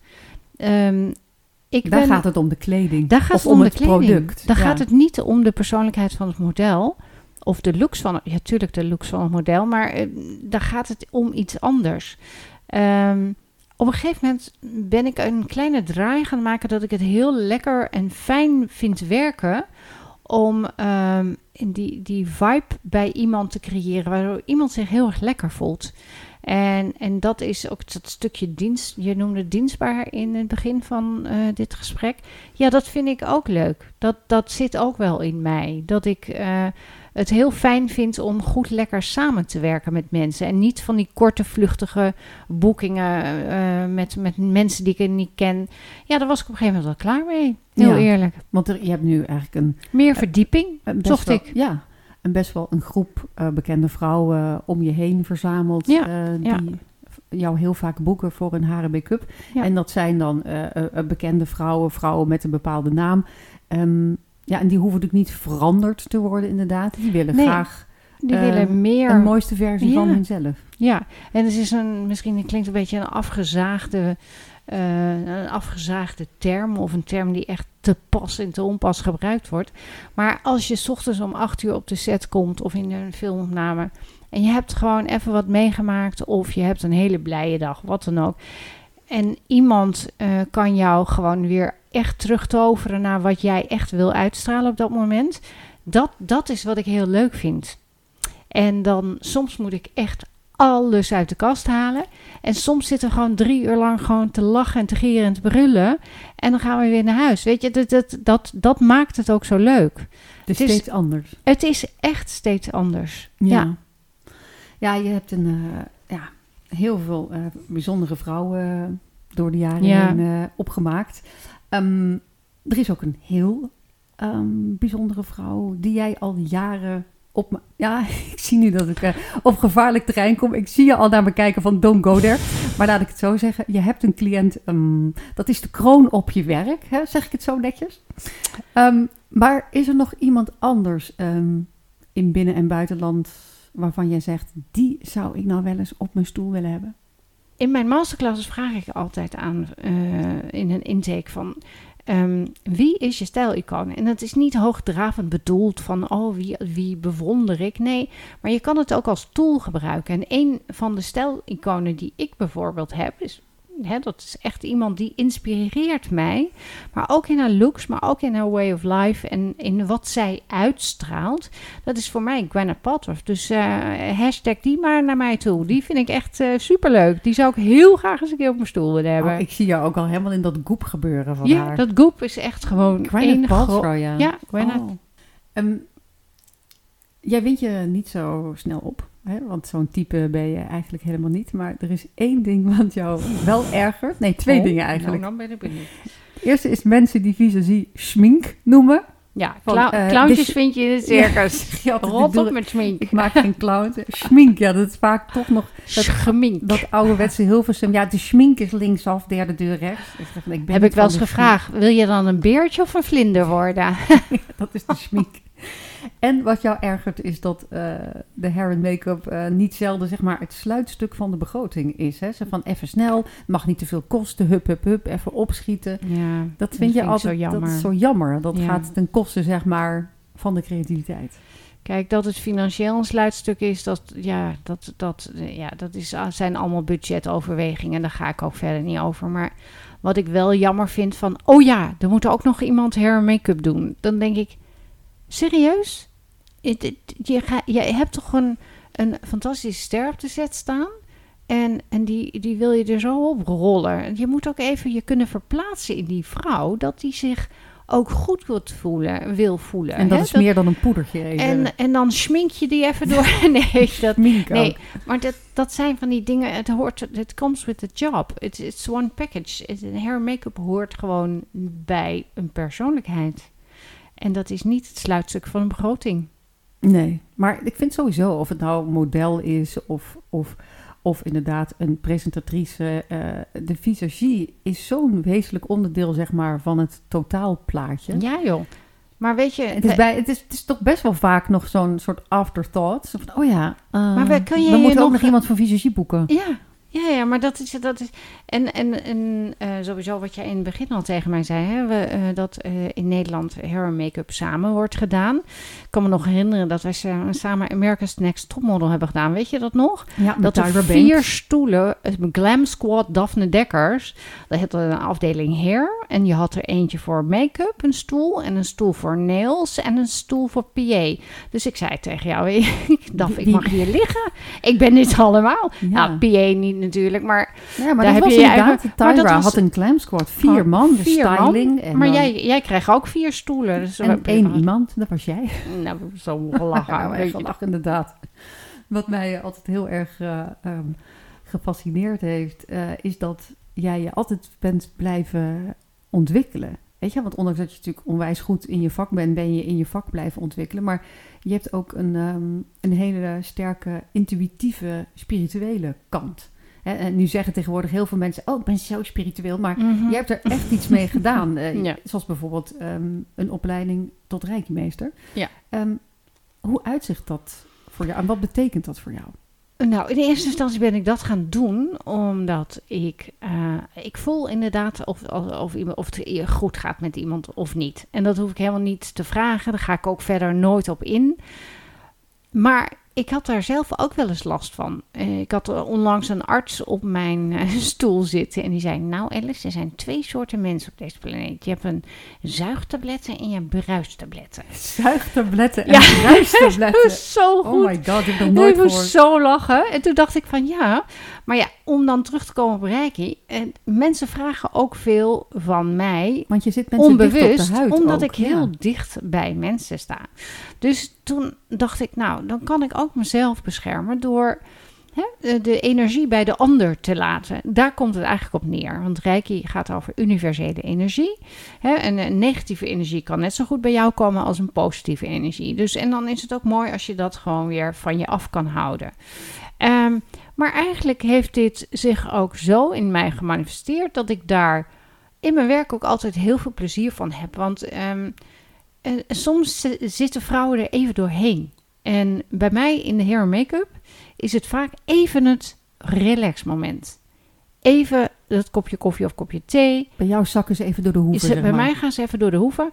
Daar gaat het om de kleding. Daar gaat of het om het kleding. Product. Daar gaat het niet om de persoonlijkheid van het model. Of de looks van het... Ja, tuurlijk de looks van het model. Maar daar gaat het om iets anders. Op een gegeven moment ben ik een kleine draai gaan maken... dat ik het heel lekker en fijn vind werken... om die vibe bij iemand te creëren... waardoor iemand zich heel erg lekker voelt. En dat is ook dat stukje dienst. Je noemde dienstbaar in het begin van dit gesprek. Ja, dat vind ik ook leuk. Dat zit ook wel in mij. Dat ik het heel fijn vind om goed lekker samen te werken met mensen. En niet van die korte, vluchtige boekingen met mensen die ik niet ken. Ja, daar was ik op een gegeven moment wel klaar mee. Heel eerlijk. Want je hebt nu eigenlijk meer verdieping, zocht ik. Ja, best wel een groep bekende vrouwen om je heen verzameld. Die jou heel vaak boeken voor een haar- en make-up. Ja. En dat zijn dan bekende vrouwen met een bepaalde naam. En die hoeven natuurlijk niet veranderd te worden inderdaad. Die willen graag... Die willen meer... een mooiste versie van hunzelf. Ja, en het is misschien het klinkt een beetje een afgezaagde term, of een term die echt te pas en te onpas gebruikt wordt. Maar als je 's ochtends om 8:00 op de set komt of in een filmopname en je hebt gewoon even wat meegemaakt of je hebt een hele blije dag, wat dan ook. En iemand kan jou gewoon weer echt terugtoveren naar wat jij echt wil uitstralen op dat moment. Dat is wat ik heel leuk vind. En dan soms moet ik echt alles uit de kast halen. En soms zitten we gewoon 3 uur lang gewoon te lachen en te gieren en te brullen. En dan gaan we weer naar huis. Weet je, dat maakt het ook zo leuk. Het is steeds anders. Het is echt steeds anders. Ja, je hebt heel veel bijzondere vrouwen door de jaren heen opgemaakt. Er is ook een heel bijzondere vrouw die jij al jaren ik zie nu dat ik op gevaarlijk terrein kom. Ik zie je al naar me kijken van don't go there. Maar laat ik het zo zeggen. Je hebt een cliënt, dat is de kroon op je werk. Hè? Zeg ik het zo netjes? Maar is er nog iemand anders in binnen- en buitenland waarvan jij zegt, die zou ik nou wel eens op mijn stoel willen hebben? In mijn masterclasses vraag ik altijd aan in een intake van... wie is je stijlicoon? En dat is niet hoogdravend bedoeld van, wie bewonder ik? Nee, maar je kan het ook als tool gebruiken. En een van de stijliconen die ik bijvoorbeeld heb, dat is echt iemand die inspireert mij. Maar ook in haar looks, maar ook in haar way of life en in wat zij uitstraalt. Dat is voor mij Gwyneth Paltrow. Dus hashtag die maar naar mij toe. Die vind ik echt superleuk. Die zou ik heel graag eens een keer op mijn stoel willen hebben. Ik zie jou ook al helemaal in dat goep gebeuren van haar. Ja, dat goep is echt gewoon... Gwyneth Paltrow, Ja, Gwyneth. Jij wint je niet zo snel op. Hè? Want zo'n type ben je eigenlijk helemaal niet. Maar er is 1 ding wat jou wel ergert. Nee, 2 dingen eigenlijk. Nou ben ik benieuwd. Het eerste is mensen die visagie schmink noemen. Ja, clowntjes vind je in het circus. Rot op met schmink. Ik maak geen clown. Schmink, dat is vaak toch nog... Schmink. Dat ouderwetse Hilversum. Ja, de schmink is linksaf, derde deur rechts. Heb ik wel eens gevraagd, wil je dan een beertje of een vlinder worden? Dat is de schmink. En wat jou ergert is dat de hair en make-up niet zelden zeg maar het sluitstuk van de begroting is. Hè? Zo van even snel, mag niet te veel kosten, hup, even opschieten. Ja, dat vind je altijd zo jammer. Dat is zo jammer. Dat gaat ten koste zeg maar van de creativiteit. Kijk, dat het financieel een sluitstuk is, zijn allemaal budgetoverwegingen. Daar ga ik ook verder niet over. Maar wat ik wel jammer vind van, er moet ook nog iemand hair en make-up doen. Dan denk ik, serieus? Je hebt toch een fantastische ster op de set staan. En die wil je er zo op rollen. Je moet ook even je kunnen verplaatsen in die vrouw. Dat die zich ook goed wil voelen. En dat is meer dan een poedertje even. En dan schmink je die even door. Nee, maar dat zijn van die dingen. Het comes with the job. It's one package. Hair en make-up hoort gewoon bij een persoonlijkheid. En dat is niet het sluitstuk van een begroting. Nee, maar ik vind sowieso of het nou een model is of inderdaad een presentatrice. De visagie is zo'n wezenlijk onderdeel zeg maar van het totaalplaatje. Ja joh. Maar weet je... Het is toch best wel vaak nog zo'n soort afterthought. Van, maar we moeten ook nog iemand voor visagie boeken. Ja, maar dat is en sowieso wat jij in het begin al tegen mij zei, hè, dat in Nederland hair en make-up samen wordt gedaan. Ik kan me nog herinneren dat wij samen America's Next Topmodel hebben gedaan. Weet je dat nog? Ja, dat er 4 stoelen, Glam Squad Daphne Dekkers, dat had een afdeling hair en je had er eentje voor make-up, een stoel en een stoel voor nails en een stoel voor PA. Dus ik zei tegen jou, ik mag hier liggen. Ik ben dit allemaal. Ja. Nou, PA niet natuurlijk, maar daar dat heb was je inderdaad. Tyra had een Glam Squad, 4 man, de styling. En maar dan... jij kreeg ook 4 stoelen. Dus en 1 iemand, dat was jij. Nou, zo gelachen. Inderdaad. Wat mij altijd heel erg gefascineerd heeft, is dat jij je altijd bent blijven ontwikkelen. Weet je, want ondanks dat je natuurlijk onwijs goed in je vak bent, ben je in je vak blijven ontwikkelen. Maar je hebt ook een hele sterke, intuïtieve, spirituele kant. En nu zeggen tegenwoordig heel veel mensen, ik ben zo spiritueel. Maar je hebt er echt iets mee gedaan. Zoals bijvoorbeeld een opleiding tot Reiki-meester. Ja. Hoe uitzicht dat voor jou en wat betekent dat voor jou? Nou, in eerste instantie ben ik dat gaan doen omdat ik voel inderdaad of het goed gaat met iemand of niet. En dat hoef ik helemaal niet te vragen. Daar ga ik ook verder nooit op in. Maar ik had daar zelf ook wel eens last van. Ik had onlangs een arts op mijn stoel zitten en die zei, nou Alice, er zijn 2 soorten mensen op deze planeet. Je hebt een zuigtabletten en je hebt bruistabletten. Zuigtabletten en bruistabletten? Dat is zo goed. Oh my god, ik heb nog nooit gehoord. Ik moest zo lachen. En toen dacht ik van ja, maar ja, om dan terug te komen op Reiki. Mensen vragen ook veel van mij. Want je zit mensen onbewust, dicht op de huid omdat ook, ik heel dicht bij mensen sta. Dus toen dacht ik, nou, dan kan ik ook mezelf beschermen door de energie bij de ander te laten. Daar komt het eigenlijk op neer. Want Reiki gaat over universele energie. En een negatieve energie kan net zo goed bij jou komen als een positieve energie. Dus, en dan is het ook mooi als je dat gewoon weer van je af kan houden. Maar eigenlijk heeft dit zich ook zo in mij gemanifesteerd dat ik daar in mijn werk ook altijd heel veel plezier van heb. Want soms zitten vrouwen er even doorheen. En bij mij in de hair make-up is het vaak even het relaxmoment. Even dat kopje koffie of kopje thee. Bij jou zakken ze even door de hoeven, Bij mij gaan ze even door de hoeven.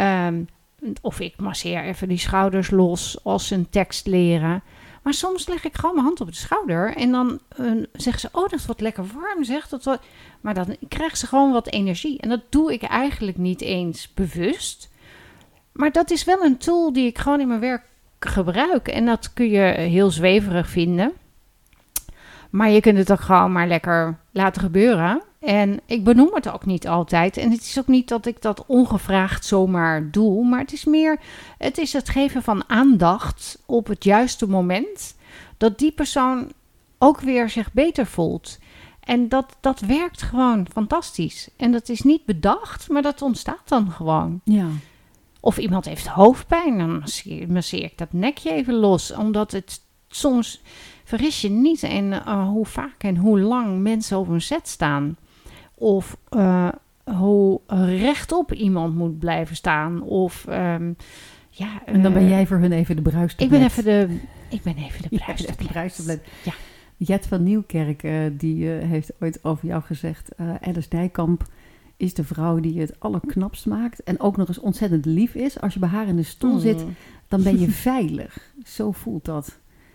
Of ik masseer even die schouders los als ze een tekst leren. Maar soms leg ik gewoon mijn hand op de schouder. En dan zeggen ze, dat is wat lekker warm, zeg. Maar dan krijgen ze gewoon wat energie. En dat doe ik eigenlijk niet eens bewust. Maar dat is wel een tool die ik gewoon in mijn werk gebruik. En dat kun je heel zweverig vinden. Maar je kunt het ook gewoon maar lekker laten gebeuren. En ik benoem het ook niet altijd. En het is ook niet dat ik dat ongevraagd zomaar doe. Maar het is meer, het is het geven van aandacht op het juiste moment. Dat die persoon ook weer zich beter voelt. En dat werkt gewoon fantastisch. En dat is niet bedacht, maar dat ontstaat dan gewoon. Ja. Of iemand heeft hoofdpijn, dan masseer ik dat nekje even los. Omdat het soms vergis je niet in hoe vaak en hoe lang mensen op een set staan. Of hoe rechtop iemand moet blijven staan. Of en dan ben jij voor hun even de bruistablet. Ik ben even de bruistablet. Ja. Jet van Nieuwkerk, die heeft ooit over jou gezegd, Alice Dijkamp is de vrouw die het allerknapst maakt en ook nog eens ontzettend lief is. Als je bij haar in de stoel zit, dan ben je veilig. Zo voelt dat.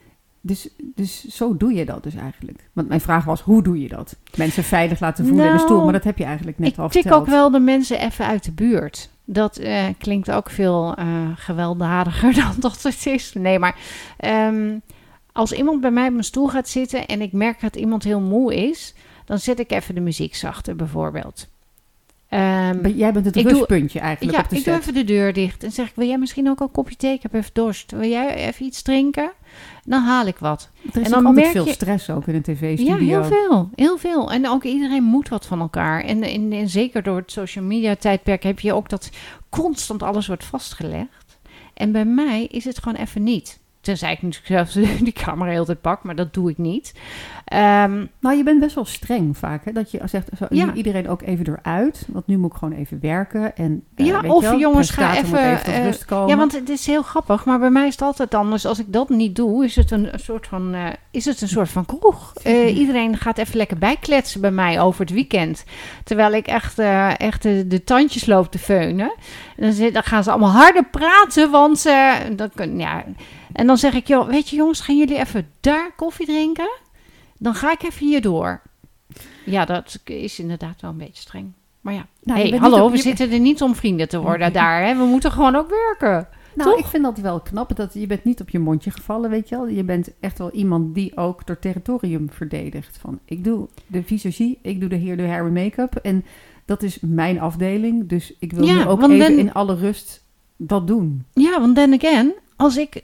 Dus zo doe je dat dus eigenlijk. Want mijn vraag was, hoe doe je dat? Mensen veilig laten voelen in de stoel, maar dat heb je eigenlijk net al verteld. Ik tik ook wel de mensen even uit de buurt. Dat klinkt ook veel gewelddadiger dan dat het is. Nee, maar als iemand bij mij op mijn stoel gaat zitten en ik merk dat iemand heel moe is, dan zet ik even de muziek zachter bijvoorbeeld. Jij bent het rustpuntje eigenlijk op de set. Ik doe even de deur dicht en zeg ik, wil jij misschien ook een kopje thee? Ik heb even dorst. Wil jij even iets drinken? Dan haal ik wat. Er is en dan altijd veel stress ook in een tv-studio. Ja, heel veel. En ook iedereen moet wat van elkaar. En zeker door het social media tijdperk heb je ook dat constant alles wordt vastgelegd. En bij mij is het gewoon even niet. Tenzij ik natuurlijk zelf die camera heel tijd pak, maar dat doe ik niet. Nou, je bent best wel streng vaak, hè? Dat je zegt, iedereen ook even eruit. Want nu moet ik gewoon even werken. En, jongens, ga even tot rust komen. Ja, want het is heel grappig. Maar bij mij is het altijd anders. Als ik dat niet doe, is het een soort van kroeg. Iedereen gaat even lekker bijkletsen bij mij over het weekend. Terwijl ik echt de tandjes loop te feunen. En dan gaan ze allemaal harder praten, want en dan zeg ik, joh, weet je jongens, gaan jullie even daar koffie drinken? Dan ga ik even hier door. Ja, dat is inderdaad wel een beetje streng. Maar ja, we zitten er niet om vrienden te worden daar. Hè? We moeten gewoon ook werken. Nou, toch? Ik vind dat wel knap. Dat je bent niet op je mondje gevallen, weet je wel. Je bent echt wel iemand die ook door territorium verdedigt. Van, ik doe de visagie, ik doe de hair en make-up. En dat is mijn afdeling. Dus ik wil nu ook even in alle rust dat doen. Ja, want then again, als ik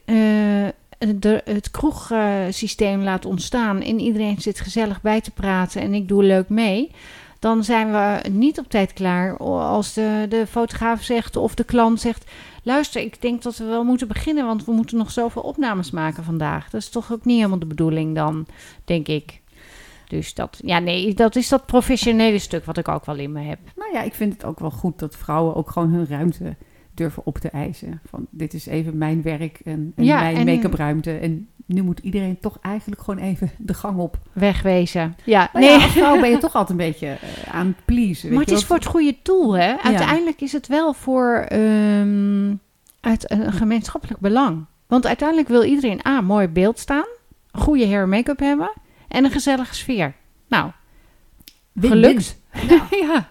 het kroegsysteem laat ontstaan en iedereen zit gezellig bij te praten en ik doe leuk mee, dan zijn we niet op tijd klaar als de fotograaf zegt of de klant zegt... Luister, ik denk dat we wel moeten beginnen, want we moeten nog zoveel opnames maken vandaag. Dat is toch ook niet helemaal de bedoeling dan, denk ik. Dus dat is dat professionele stuk wat ik ook wel in me heb. Nou ja, ik vind het ook wel goed dat vrouwen ook gewoon hun ruimte durven op te eisen. Van, dit is even mijn werk en mijn make-up ruimte. En nu moet iedereen toch eigenlijk gewoon even de gang op. Wegwezen. Ja, maar als vrouw ben je toch altijd een beetje aan het pleasen. Maar het is voor het goede doel, hè? Uiteindelijk is het wel voor uit een gemeenschappelijk belang. Want uiteindelijk wil iedereen mooi beeld staan, goede hair en make-up hebben en een gezellige sfeer. Nou, gelukt. Ja.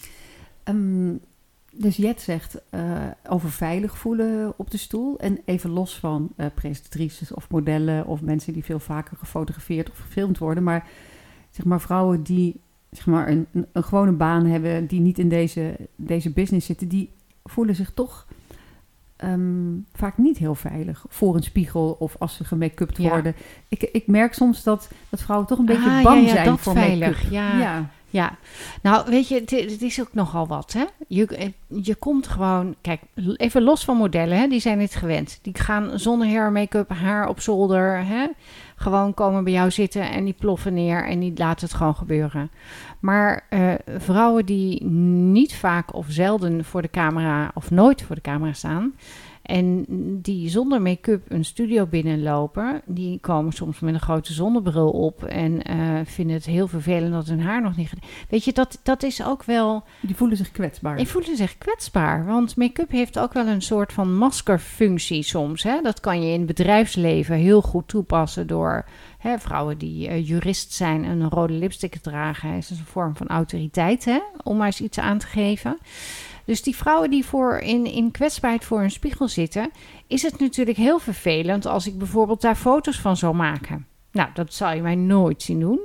Dus Jet zegt over veilig voelen op de stoel. En even los van presentatrices of modellen of mensen die veel vaker gefotografeerd of gefilmd worden. Maar zeg maar vrouwen die zeg maar een gewone baan hebben, die niet in deze business zitten, die voelen zich toch vaak niet heel veilig voor een spiegel of als ze gemake-upt worden. Ik merk soms dat vrouwen toch een beetje bang zijn voor make-up. Ja, nou weet je, het is ook nogal wat, hè. Je komt gewoon, kijk, even los van modellen, hè, die zijn niet gewend. Die gaan zonder hair, make-up, haar op zolder, hè, gewoon komen bij jou zitten en die ploffen neer en die laten het gewoon gebeuren. Maar vrouwen die niet vaak of zelden voor de camera of nooit voor de camera staan en die zonder make-up een studio binnenlopen, die komen soms met een grote zonnebril op en vinden het heel vervelend dat hun haar nog niet... Weet je, dat is ook wel... Die voelen zich kwetsbaar. Die voelen zich kwetsbaar, want make-up heeft ook wel een soort van maskerfunctie soms. Hè? Dat kan je in het bedrijfsleven heel goed toepassen door vrouwen die jurist zijn en een rode lipstick dragen. Dat is een vorm van autoriteit, hè? Om maar eens iets aan te geven. Dus die vrouwen die in kwetsbaarheid voor een spiegel zitten, is het natuurlijk heel vervelend als ik bijvoorbeeld daar foto's van zou maken. Nou, dat zou je mij nooit zien doen.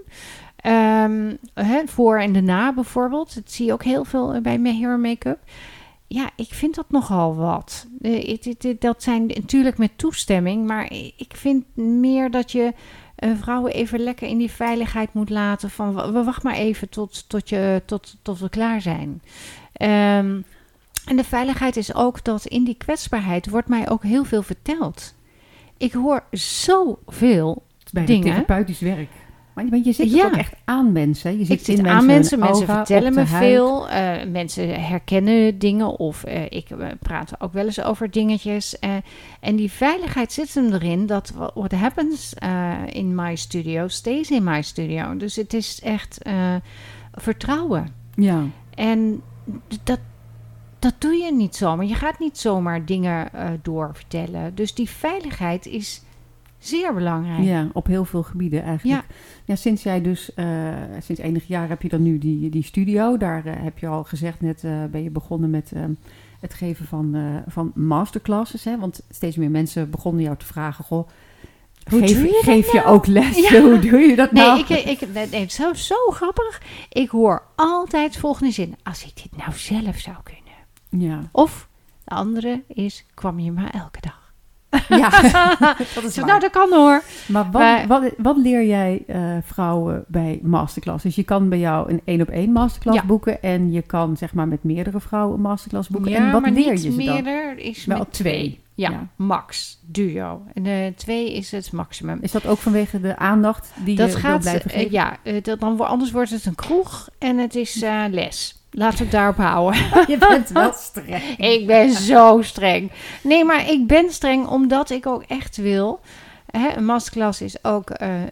Voor en daarna bijvoorbeeld. Dat zie je ook heel veel bij mijn hair make-up. Ja, ik vind dat nogal wat. Dat zijn natuurlijk met toestemming, maar ik vind meer dat je vrouwen even lekker in die veiligheid moet laten van wacht maar even tot we klaar zijn. En de veiligheid is ook dat in die kwetsbaarheid wordt mij ook heel veel verteld. Ik hoor zoveel dingen. Therapeutisch werk. Want je zit ook echt aan mensen. Je zit in aan mensen. Mensen aura, vertellen me huid. veel. Mensen herkennen dingen. Of ik praat ook wel eens over dingetjes. En die veiligheid zit hem erin. Dat what happens in my studio stays in my studio. Dus het is echt vertrouwen. Ja. En dat doe je niet zomaar. Je gaat niet zomaar dingen doorvertellen. Dus die veiligheid is zeer belangrijk. Ja, op heel veel gebieden eigenlijk. Ja, sinds jij dus, sinds enig jaar heb je dan nu die studio. Daar heb je al gezegd, net ben je begonnen met het geven van masterclasses. Hè? Want steeds meer mensen begonnen jou te vragen, goh, geef je ook les? Ja. Hoe doe je dat nou? Nee, het is zo grappig. Ik hoor altijd het volgende zin. Als ik dit nou zelf zou kunnen. Ja. Of de andere is, kwam je maar elke dag. Ja, dat is waar. Nou, dat kan hoor. Maar wat leer jij vrouwen bij masterclass? Dus je kan bij jou een 1-op-1 masterclass boeken en je kan zeg maar met meerdere vrouwen een masterclass boeken. Ja, en wat maar leer niet je ze meerder is wel met 2. Ja, max, duo. En 2 is het maximum. Is dat ook vanwege de aandacht die je wil blijven geven? Anders wordt het een kroeg en het is les. Laten we het daarop houden. Je bent wel streng. Ik ben zo streng. Nee, maar ik ben streng omdat ik ook echt wil. Een masterclass is ook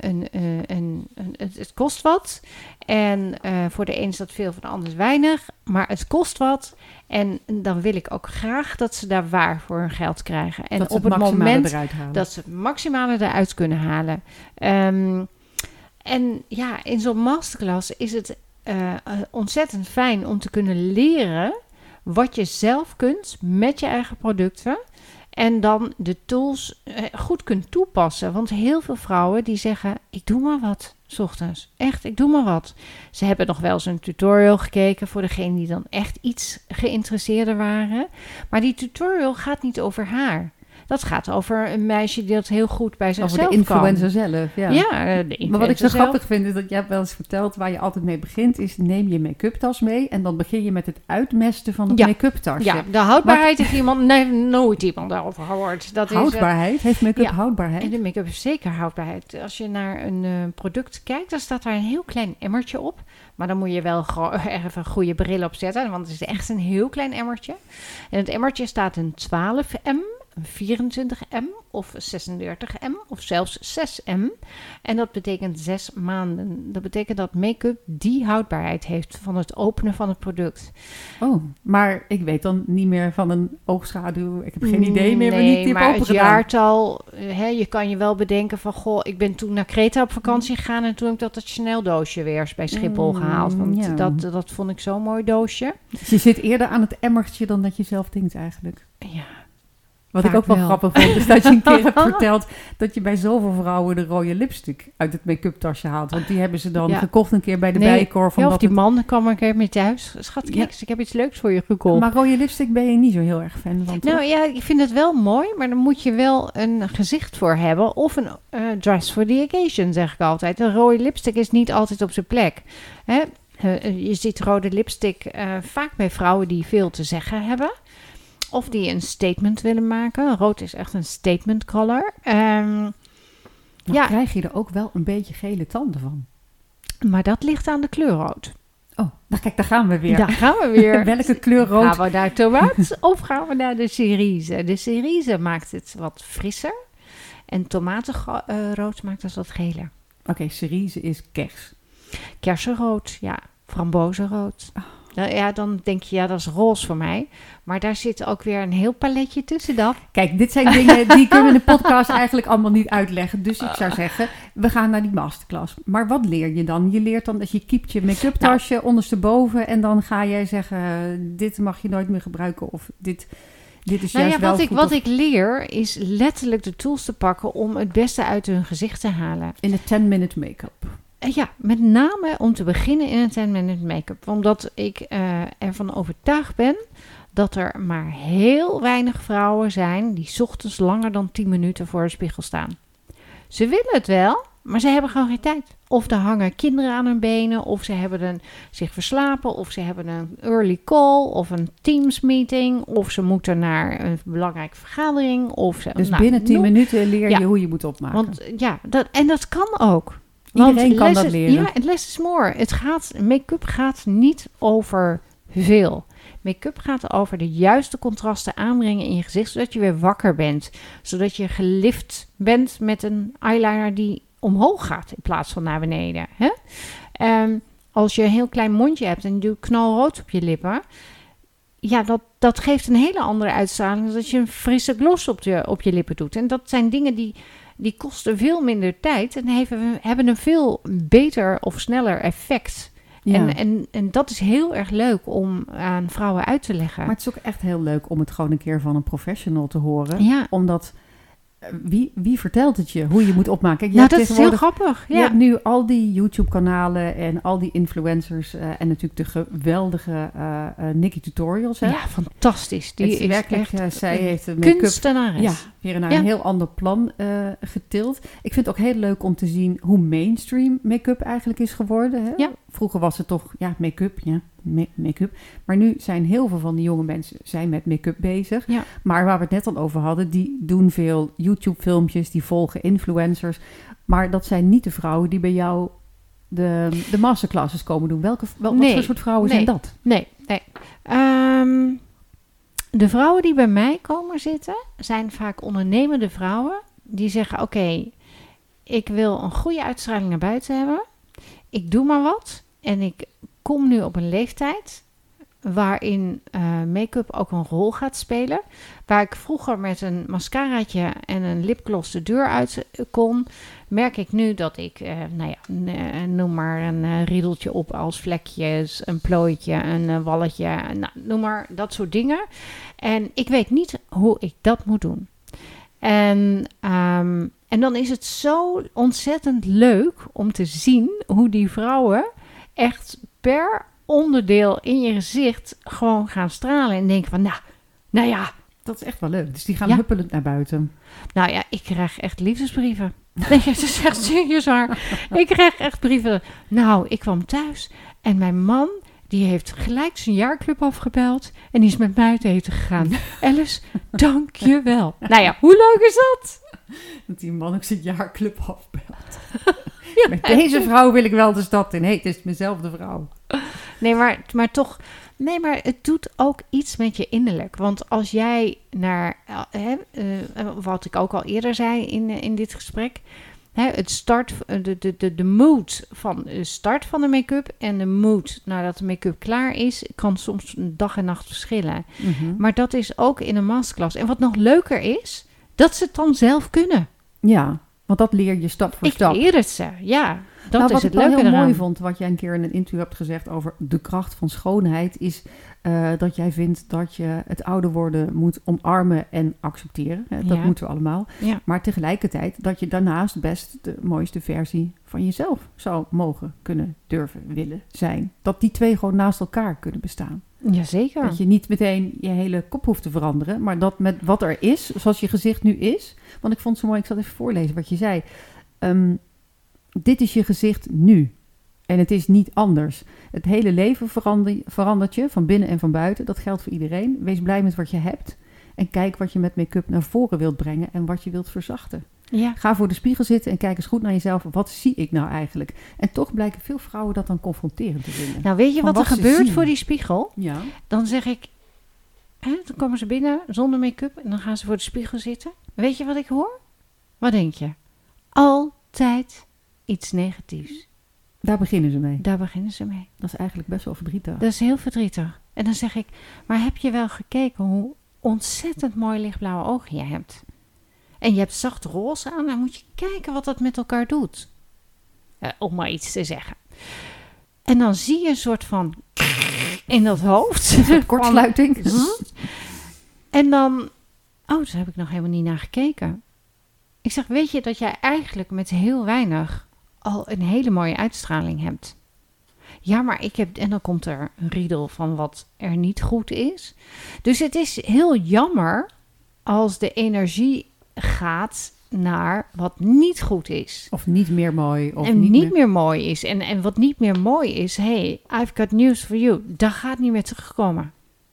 het kost wat. En voor de een is dat veel, voor de ander is weinig. Maar het kost wat. En dan wil ik ook graag dat ze daar waar voor hun geld krijgen. En dat op het moment dat ze het maximale eruit kunnen halen. En ja, in zo'n masterclass is het ontzettend fijn om te kunnen leren wat je zelf kunt met je eigen producten. En dan de tools goed kunt toepassen. Want heel veel vrouwen die zeggen, ik doe maar wat 's ochtends. Echt, ik doe maar wat. Ze hebben nog wel eens een tutorial gekeken voor degene die dan echt iets geïnteresseerder waren. Maar die tutorial gaat niet over haar. Dat gaat over een meisje die dat heel goed bij zichzelf kan. Over de influencer zelf, ja. De influencer maar wat ik zo zelf. grappig vind, is dat jij hebt wel eens verteld waar je altijd mee begint, is neem je make-up tas mee en dan begin je met het uitmesten van het make-up tasje. Ja, de houdbaarheid heeft nooit iemand over gehoord. Dat houdbaarheid? Heeft make-up houdbaarheid? En de make-up heeft zeker houdbaarheid. Als je naar een product kijkt, dan staat daar een heel klein emmertje op. Maar dan moet je wel even een goede bril op zetten, want het is echt een heel klein emmertje. En het emmertje staat een 12M, een 24M of 36M of zelfs 6M. En dat betekent 6 maanden. Dat betekent dat make-up die houdbaarheid heeft van het openen van het product. Oh, maar ik weet dan niet meer van een oogschaduw. Ik heb geen idee meer wanneer ik die heb opengedaan. Het jaartal, je kan je wel bedenken van, goh, ik ben toen naar Kreta op vakantie gegaan en toen heb ik dat Chanel doosje weer bij Schiphol gehaald. Want dat vond ik zo'n mooi doosje. Dus je zit eerder aan het emmertje dan dat je zelf denkt eigenlijk. Ja. Wat ik ook wel grappig vond, is dat je een keer hebt verteld dat je bij zoveel vrouwen de rode lipstick uit het make-up tasje haalt. Want die hebben ze dan gekocht een keer bij de Bijenkorf. Of die man kwam een keer mee thuis. Schat, kijk, ik heb iets leuks voor je gekocht. Maar rode lipstick ben je niet zo heel erg fan van, toch? Nou ja, ik vind het wel mooi, maar dan moet je wel een gezicht voor hebben. Of een dress for the occasion, zeg ik altijd. Een rode lipstick is niet altijd op zijn plek. Hè? Je ziet rode lipstick vaak bij vrouwen die veel te zeggen hebben. Of die een statement willen maken. Rood is echt een statement color. Krijg je er ook wel een beetje gele tanden van? Maar dat ligt aan de kleur rood. Oh, nou kijk, daar gaan we weer. Welke kleur rood? Gaan we naar tomaat of gaan we naar de cerise? De cerise maakt het wat frisser. En tomatenrood maakt het wat geler. Oké, cerise is kers. Kersenrood, ja. Frambozenrood. Oh. Ja, dan denk je, dat is roze voor mij. Maar daar zit ook weer een heel paletje tussen dan. Kijk, dit zijn dingen die kunnen we in de podcast eigenlijk allemaal niet uitleggen. Dus ik zou zeggen, we gaan naar die masterclass. Maar wat leer je dan? Je leert dan dat je kiept je make-up tasje ondersteboven. En dan ga jij zeggen, dit mag je nooit meer gebruiken. Of dit is juist wel goed. Wat ik leer is letterlijk de tools te pakken om het beste uit hun gezicht te halen. In de 10-minute make-up. Ja, met name om te beginnen in een 10-minute make-up. Omdat ik ervan overtuigd ben dat er maar heel weinig vrouwen zijn die 's ochtends langer dan 10 minuten voor de spiegel staan. Ze willen het wel, maar ze hebben gewoon geen tijd. Of er hangen kinderen aan hun benen, of ze hebben zich verslapen, of ze hebben een early call, of een Teams meeting, of ze moeten naar een belangrijke vergadering. Dus binnen 10 minuten leer je hoe je moet opmaken. Want dat kan ook. Iedereen kan dat leren. Ja, less is more. Make-up gaat niet over veel. Make-up gaat over de juiste contrasten aanbrengen in je gezicht, zodat je weer wakker bent. Zodat je gelift bent met een eyeliner die omhoog gaat in plaats van naar beneden. Hè? Als je een heel klein mondje hebt en je doet knalrood op je lippen, ja, dat geeft een hele andere uitstraling dan dat je een frisse gloss op je lippen doet. En dat zijn dingen die kosten veel minder tijd en hebben een veel beter of sneller effect. Ja. En dat is heel erg leuk om aan vrouwen uit te leggen. Maar het is ook echt heel leuk om het gewoon een keer van een professional te horen. Ja. Omdat wie vertelt het je, hoe je moet opmaken? Dat is heel grappig. Ja. Je hebt nu al die YouTube-kanalen en al die influencers en natuurlijk de geweldige Nikki Tutorials. Hè? Ja, fantastisch. Die is werkelijk, echt zij heeft de make-up kunstenares. Ja, weer naar een heel ander plan getild. Ik vind het ook heel leuk om te zien hoe mainstream make-up eigenlijk is geworden. Hè? Ja. Vroeger was het toch, make-up, make-up. Maar nu zijn heel veel van die jonge mensen met make-up bezig. Ja. Maar waar we het net al over hadden, die doen veel YouTube-filmpjes, die volgen influencers. Maar dat zijn niet de vrouwen die bij jou de masterclasses komen doen. Wat voor soort vrouwen zijn dat? Nee. De vrouwen die bij mij komen zitten, zijn vaak ondernemende vrouwen. Die zeggen, oké, ik wil een goede uitstraling naar buiten hebben. Ik doe maar wat. En ik kom nu op een leeftijd waarin make-up ook een rol gaat spelen. Waar ik vroeger met een mascaraatje en een lipgloss de deur uit kon, merk ik nu dat ik, noem maar een riedeltje op als vlekjes, een plooitje, een walletje, noem maar dat soort dingen. En ik weet niet hoe ik dat moet doen. En dan is het zo ontzettend leuk om te zien hoe die vrouwen echt per onderdeel in je gezicht gewoon gaan stralen en denken van, nou ja, Dat is echt wel leuk. Dus die gaan Ja. huppelend naar buiten. Nou ja, ik krijg echt liefdesbrieven. Nee, het is echt serieus waar. Ik krijg echt brieven. Nou, ik kwam thuis en mijn man, die heeft gelijk zijn jaarclub afgebeld en die is met mij uit eten gegaan. Alice, dank je wel. Nou ja, hoe leuk is dat? Dat die man ook zijn jaarclub afbelt. Met deze vrouw wil ik wel de stad in. Nee, het is mezelfde vrouw. Nee, maar toch... Nee, maar het doet ook iets met je innerlijk. Want als jij naar... wat ik ook al eerder zei in dit gesprek... het start, de mood van de start van de make-up... en de mood nadat de make-up klaar is... kan soms een dag en nacht verschillen. Mm-hmm. Maar dat is ook in een masterclass. En wat nog leuker is... dat ze het dan zelf kunnen. Ja, want dat leer je stap voor stap. Ik leer het ze, ja. Dat Nou, is wat het ik wel leuke heel eraan. mooi vond, wat jij een keer in een interview hebt gezegd over de kracht van schoonheid, is dat jij vindt dat je het ouder worden moet omarmen en accepteren. Hè, dat Ja. moeten we allemaal. Ja. Maar tegelijkertijd dat je daarnaast best de mooiste versie van jezelf zou mogen, kunnen, durven, willen zijn. Dat die twee gewoon naast elkaar kunnen bestaan. Jazeker. Dat je niet meteen je hele kop hoeft te veranderen, maar dat met wat er is, zoals je gezicht nu is. Want ik vond het zo mooi, ik zal even voorlezen wat je zei. Dit is je gezicht nu. En het is niet anders. Het hele leven verandert je, van binnen en van buiten. Dat geldt voor iedereen. Wees blij met wat je hebt. En kijk wat je met make-up naar voren wilt brengen en wat je wilt verzachten. Ja. Ga voor de spiegel zitten en kijk eens goed naar jezelf. Wat zie ik nou eigenlijk? En toch blijken veel vrouwen dat dan confronterend te vinden. Nou, weet je Van wat er wat ze gebeurt zien. voor die spiegel? Ja. Dan zeg ik, dan komen ze binnen zonder make-up en dan gaan ze voor de spiegel zitten. Weet je wat ik hoor? Wat denk je? Altijd iets negatiefs. Daar beginnen ze mee. Daar beginnen ze mee. Dat is eigenlijk best wel verdrietig. Dat is heel verdrietig. En dan zeg ik, maar heb je wel gekeken hoe ontzettend mooi lichtblauwe ogen je hebt? En je hebt zacht roze aan, dan moet je kijken wat dat met elkaar doet. Om maar iets te zeggen. En dan zie je een soort van in dat hoofd. Kortsluiting. En dan, daar heb ik nog helemaal niet naar gekeken. Ik zeg, weet je dat jij eigenlijk met heel weinig al een hele mooie uitstraling hebt? Ja, maar ik heb... En dan komt er een riedel van wat er niet goed is. Dus het is heel jammer als de energie gaat naar wat niet goed is. Of niet meer mooi. Of En niet niet meer mooi is. En wat niet meer mooi is, hey, I've got news for you. Dat gaat niet meer terugkomen.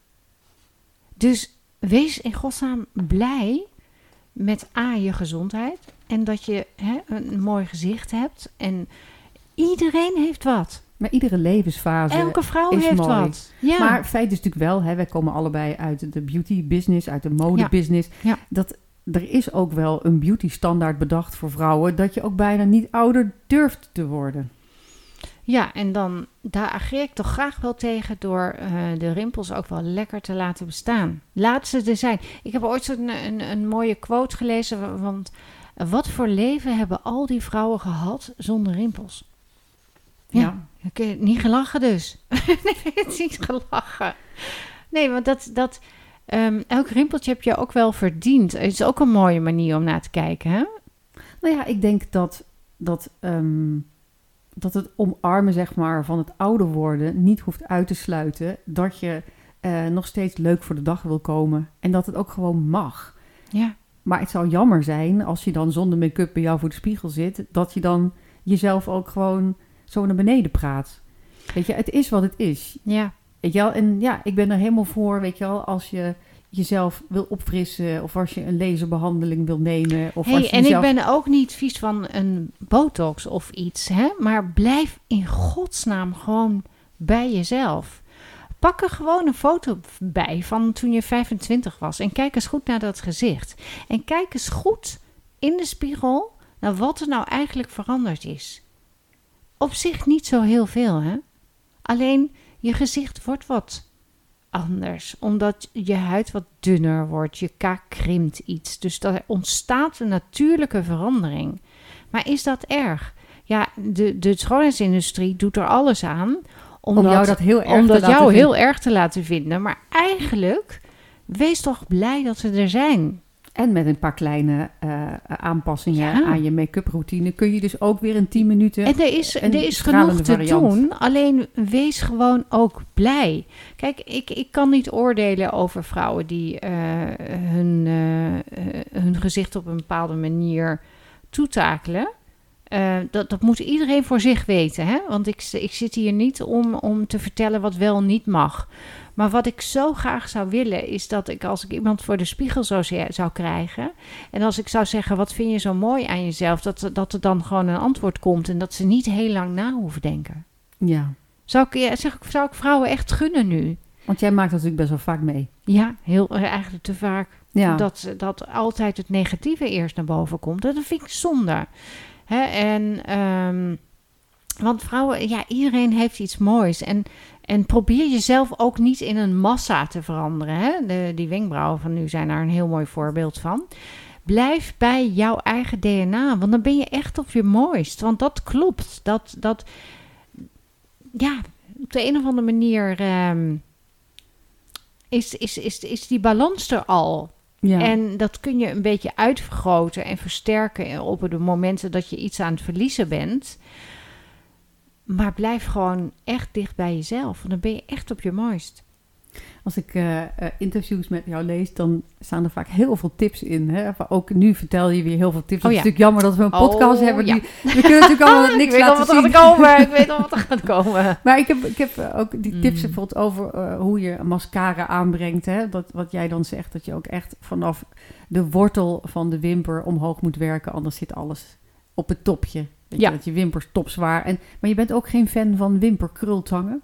Dus wees in godsnaam blij met je gezondheid. En dat je een mooi gezicht hebt. En iedereen heeft wat. Maar iedere levensfase Elke vrouw is heeft mooi. wat. Ja. Maar feit is natuurlijk wel, wij komen allebei uit de beauty business, uit de mode business. Ja. Dat er is ook wel een beauty standaard bedacht voor vrouwen, dat je ook bijna niet ouder durft te worden. Ja, en dan daar ageer ik toch graag wel tegen door de rimpels ook wel lekker te laten bestaan. Laat ze er zijn. Ik heb ooit een mooie quote gelezen, want wat voor leven hebben al die vrouwen gehad zonder rimpels? Ja. Oké, niet gelachen dus. Nee, het is niet gelachen. Nee, want elk rimpeltje heb je ook wel verdiend. Het is ook een mooie manier om naar te kijken, hè? Nou ja, ik denk dat het omarmen, zeg maar, van het ouder worden niet hoeft uit te sluiten dat je nog steeds leuk voor de dag wil komen. En dat het ook gewoon mag. Ja. Maar het zou jammer zijn als je dan zonder make-up bij jou voor de spiegel zit, dat je dan jezelf ook gewoon zo naar beneden praat. Weet je, het is wat het is. Ja. Weet je wel? En ja, ik ben er helemaal voor, weet je wel, als je jezelf wil opfrissen of als je een laserbehandeling wil nemen. Of als je en jezelf... ik ben ook niet vies van een botox of iets, hè? Maar blijf in godsnaam gewoon bij jezelf. Pak er gewoon een foto bij van toen je 25 was en kijk eens goed naar dat gezicht. En kijk eens goed in de spiegel naar wat er nou eigenlijk veranderd is. Op zich niet zo heel veel, hè? Alleen je gezicht wordt wat anders, omdat je huid wat dunner wordt, je kaak krimpt iets. Dus er ontstaat een natuurlijke verandering. Maar is dat erg? Ja, de schoonheidsindustrie doet er alles aan om jou dat heel erg te laten vinden. Maar eigenlijk, wees toch blij dat ze er zijn. En met een paar kleine aanpassingen aan je make-up routine kun je dus ook weer in 10 minuten... En er is genoeg te doen, alleen wees gewoon ook blij. Kijk, ik kan niet oordelen over vrouwen die hun gezicht op een bepaalde manier toetakelen. Dat moet iedereen voor zich weten. Hè? Want ik zit hier niet om te vertellen wat wel niet mag. Maar wat ik zo graag zou willen is dat als ik iemand voor de spiegel zou krijgen... en als ik zou zeggen, wat vind je zo mooi aan jezelf... dat er dan gewoon een antwoord komt... en dat ze niet heel lang na hoeven denken. Ja. Zou ik vrouwen echt gunnen nu? Want jij maakt dat natuurlijk best wel vaak mee. Ja, eigenlijk te vaak. Ja. Dat altijd het negatieve eerst naar boven komt. Dat vind ik zonde. Want vrouwen, iedereen heeft iets moois. En probeer jezelf ook niet in een massa te veranderen. Hè? Die wenkbrauwen van nu zijn daar een heel mooi voorbeeld van. Blijf bij jouw eigen DNA, want dan ben je echt op je mooist. Want dat klopt. Op de een of andere manier is die balans er al. Ja. En dat kun je een beetje uitvergroten en versterken op de momenten dat je iets aan het verliezen bent. Maar blijf gewoon echt dicht bij jezelf. Want dan ben je echt op je mooist. Als ik interviews met jou lees, dan staan er vaak heel veel tips in. Hè? Ook nu vertel je weer heel veel tips. Het is natuurlijk jammer dat we een podcast hebben. We kunnen natuurlijk allemaal niks laten zien. Ik weet al wat er gaat komen. Maar ik heb ook die tips bijvoorbeeld over hoe je een mascara aanbrengt. Hè? Wat jij dan zegt, dat je ook echt vanaf de wortel van de wimper omhoog moet werken. Anders zit alles op het topje. Weet je, dat je wimpers topzwaar. Maar je bent ook geen fan van wimperkrultangen?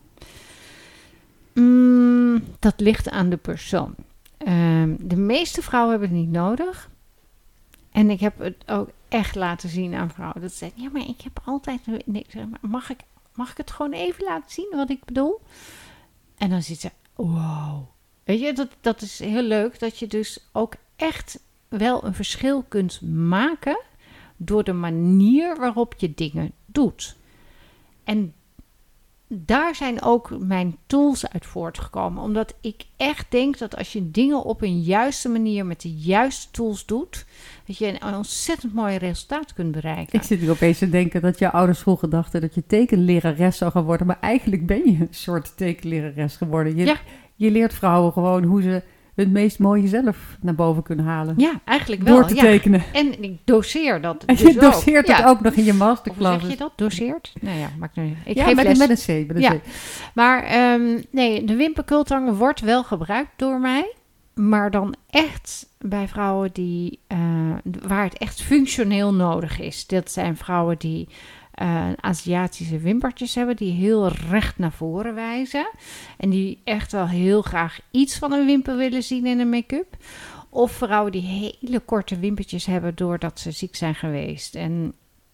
Dat ligt aan de persoon. De meeste vrouwen hebben het niet nodig. En ik heb het ook echt laten zien aan vrouwen. Dat ze zeggen, ja, maar ik heb altijd... Mag ik het gewoon even laten zien wat ik bedoel? En dan zit ze, wow. Weet je, dat is heel leuk. Dat je dus ook echt wel een verschil kunt maken... door de manier waarop je dingen doet. En daar zijn ook mijn tools uit voortgekomen. Omdat ik echt denk dat als je dingen op een juiste manier met de juiste tools doet, dat je een ontzettend mooi resultaat kunt bereiken. Ik zit nu opeens te denken dat jouw ouders vroeger dachten dat je tekenlerares zou gaan worden. Maar eigenlijk ben je een soort tekenlerares geworden. Je leert vrouwen gewoon hoe ze het meest mooie zelf naar boven kunnen halen. Ja, eigenlijk wel. Door te tekenen. En ik doseer dat dus ook. En je doseert het ook nog in je masterclass. Of zeg je dat? Doseert? Nou ja, maakt nu. Ik geef les. Met een C. Maar nee, de wimperkrultang wordt wel gebruikt door mij. Maar dan echt bij vrouwen waar het echt functioneel nodig is. Dat zijn vrouwen die Aziatische wimpertjes hebben die heel recht naar voren wijzen. En die echt wel heel graag iets van een wimper willen zien in een make-up. Of vrouwen die hele korte wimpertjes hebben doordat ze ziek zijn geweest. En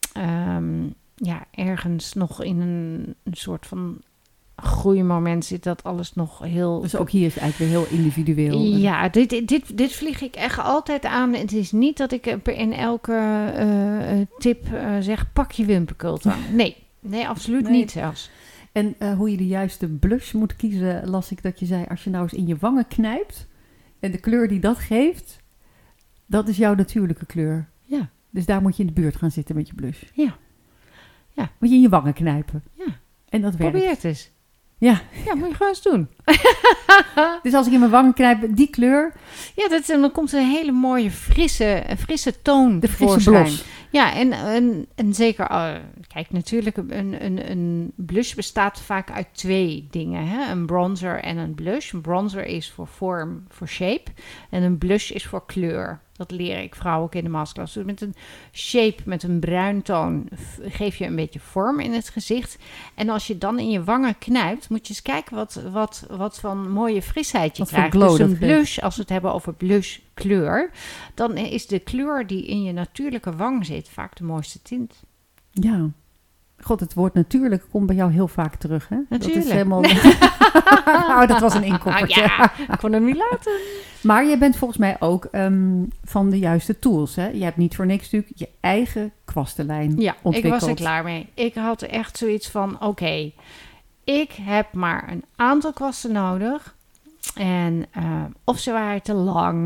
ergens nog in een soort van groeimoment zit dat alles nog heel... Dus ook hier is het eigenlijk weer heel individueel. Ja, dit vlieg ik echt altijd aan. Het is niet dat ik in elke tip zeg, pak je wimperkrultang. Nee, absoluut niet zelfs. En hoe je de juiste blush moet kiezen, las ik dat je zei, als je nou eens in je wangen knijpt en de kleur die dat geeft, dat is jouw natuurlijke kleur. Ja. Dus daar moet je in de buurt gaan zitten met je blush. Ja. Moet je in je wangen knijpen. Ja. En dat werkt. Probeer het eens. Ja, moet je gewoon eens doen. Dus als ik in mijn wangen knijp, die kleur. Ja, dan komt een hele mooie frisse toon de frisse blos. Ja, en zeker, kijk, natuurlijk, een blush bestaat vaak uit 2 dingen. Hè? Een bronzer en een blush. Een bronzer is voor vorm, voor shape. En een blush is voor kleur. Dat leer ik vrouwen ook in de masterclass. Dus met een shape, met een bruintoon, geef je een beetje vorm in het gezicht. En als je dan in je wangen knijpt, moet je eens kijken wat van mooie frisheid je krijgt. Dus een blush, als we het hebben over blushkleur, dan is de kleur die in je natuurlijke wang zit vaak de mooiste tint. Ja. God, het woord natuurlijk komt bij jou heel vaak terug, hè? Natuurlijk. Dat is helemaal... dat was een inkoppertje. Ja, ik kon hem niet laten. Maar je bent volgens mij ook van de juiste tools, hè? Je hebt niet voor niks natuurlijk je eigen kwastenlijn ontwikkeld. Ik was er klaar mee. Ik had echt zoiets van, oké, ik heb maar een aantal kwasten nodig. En of ze waren te lang,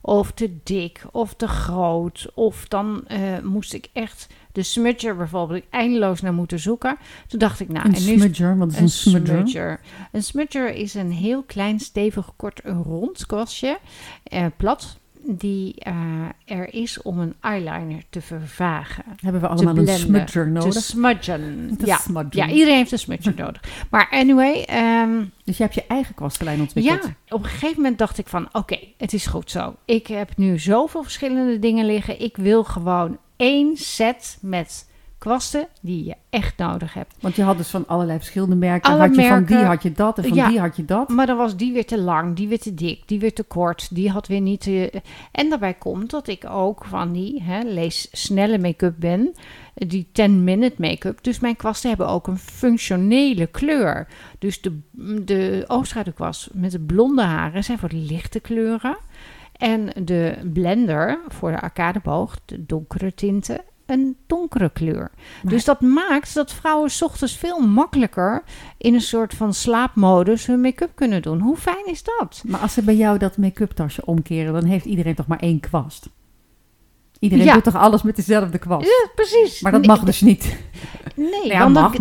of te dik of te groot. Of dan moest ik echt de smudger bijvoorbeeld eindeloos naar moeten zoeken. Toen dacht ik, nou... Een smudger, wat is een smudger? Een smudger is een heel klein, stevig, kort, rond kwastje, plat, die er is om een eyeliner te vervagen. Hebben we allemaal een smudger nodig? Te smudgen. Smudgen. Ja, iedereen heeft een smudger nodig. Maar anyway... dus je hebt je eigen kwastlijn ontwikkeld? Ja, op een gegeven moment dacht ik van... Oké, het is goed zo. Ik heb nu zoveel verschillende dingen liggen. Ik wil gewoon 1 set met kwasten die je echt nodig hebt. Want je had dus van allerlei verschillende merken. Van die had je dat en van die had je dat. Maar dan was die weer te lang, die weer te dik, die weer te kort. Die had weer niet... En daarbij komt dat ik ook van die lees snelle make-up ben. Die 10-minute make-up. Dus mijn kwasten hebben ook een functionele kleur. Dus de oogschaduwkwast met de blonde haren zijn voor de lichte kleuren. En de blender voor de arcadeboog, de donkere tinten, een donkere kleur. Maar dus dat maakt dat vrouwen 's ochtends veel makkelijker in een soort van slaapmodus hun make-up kunnen doen. Hoe fijn is dat? Maar als ze bij jou dat make-up tasje omkeren, dan heeft iedereen toch maar 1 kwast? Iedereen doet toch alles met dezelfde kwast? Ja, precies. Maar dat mag dus niet. Nee, ja, mag.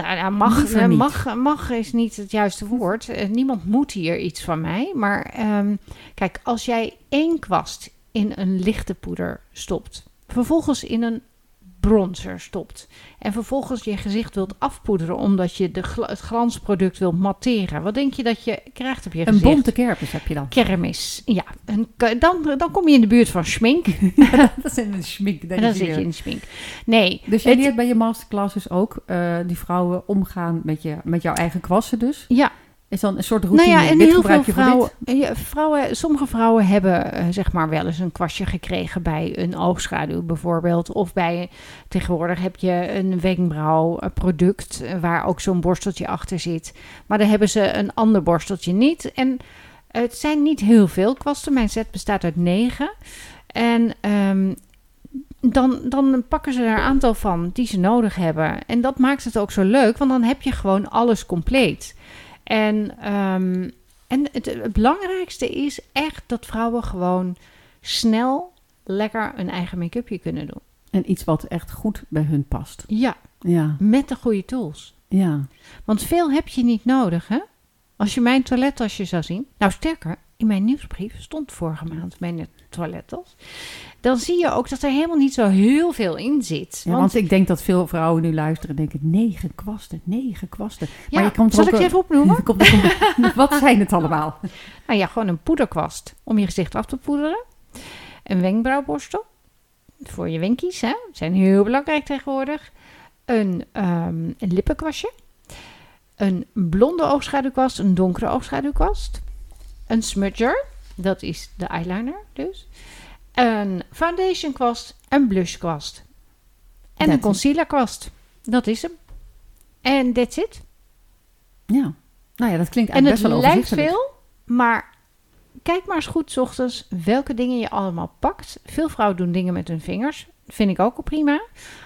Mag is niet het juiste woord. Niemand moet hier iets van mij. Maar kijk, als jij 1 kwast in een lichte poeder stopt, vervolgens in een bronzer stopt en vervolgens je gezicht wilt afpoederen omdat je het glansproduct wilt matteren. Wat denk je dat je krijgt op je gezicht? Een bonte kermis heb je dan. Kermis, ja. Dan kom je in de buurt van schmink. Ja, dat is in een schmink. Dan zit je in de schmink. Nee. Dus jij leert bij je masterclasses ook die vrouwen omgaan met jouw eigen kwasten dus? Ja. Is dan een soort routine? Nou ja, en heel veel vrouwen, sommige vrouwen hebben zeg maar wel eens een kwastje gekregen bij een oogschaduw bijvoorbeeld. Of tegenwoordig heb je een wenkbrauwproduct waar ook zo'n borsteltje achter zit. Maar dan hebben ze een ander borsteltje niet. En het zijn niet heel veel kwasten. Mijn set bestaat uit 9. En dan pakken ze er een aantal van die ze nodig hebben. En dat maakt het ook zo leuk, want dan heb je gewoon alles compleet. En het belangrijkste is echt dat vrouwen gewoon snel lekker een eigen make-upje kunnen doen. En iets wat echt goed bij hun past. Ja, met de goede tools. Ja. Want veel heb je niet nodig, hè? Als je mijn toilettasje zou zien. Nou, sterker, in mijn nieuwsbrief stond vorige maand mijn toilettas. Dan zie je ook dat er helemaal niet zo heel veel in zit. Ja, want ik denk dat veel vrouwen nu luisteren en denken 9 kwasten. Ja, maar je zal ik ze even opnoemen? Wat zijn het allemaal? Nou ja, gewoon een poederkwast om je gezicht af te poederen. Een wenkbrauwborstel voor je wenkies, hè? Zijn heel belangrijk tegenwoordig. Een lippenkwastje. Een blonde oogschaduwkwast, een donkere oogschaduwkwast. Een smudger, dat is de eyeliner dus. Een foundation kwast, een blush kwast. En een concealer kwast. Dat is hem. En that's it. Ja. Nou ja, dat klinkt eigenlijk best wel overzichtelijk. En het lijkt veel, maar kijk maar eens goed 's ochtends welke dingen je allemaal pakt. Veel vrouwen doen dingen met hun vingers. Vind ik ook al prima.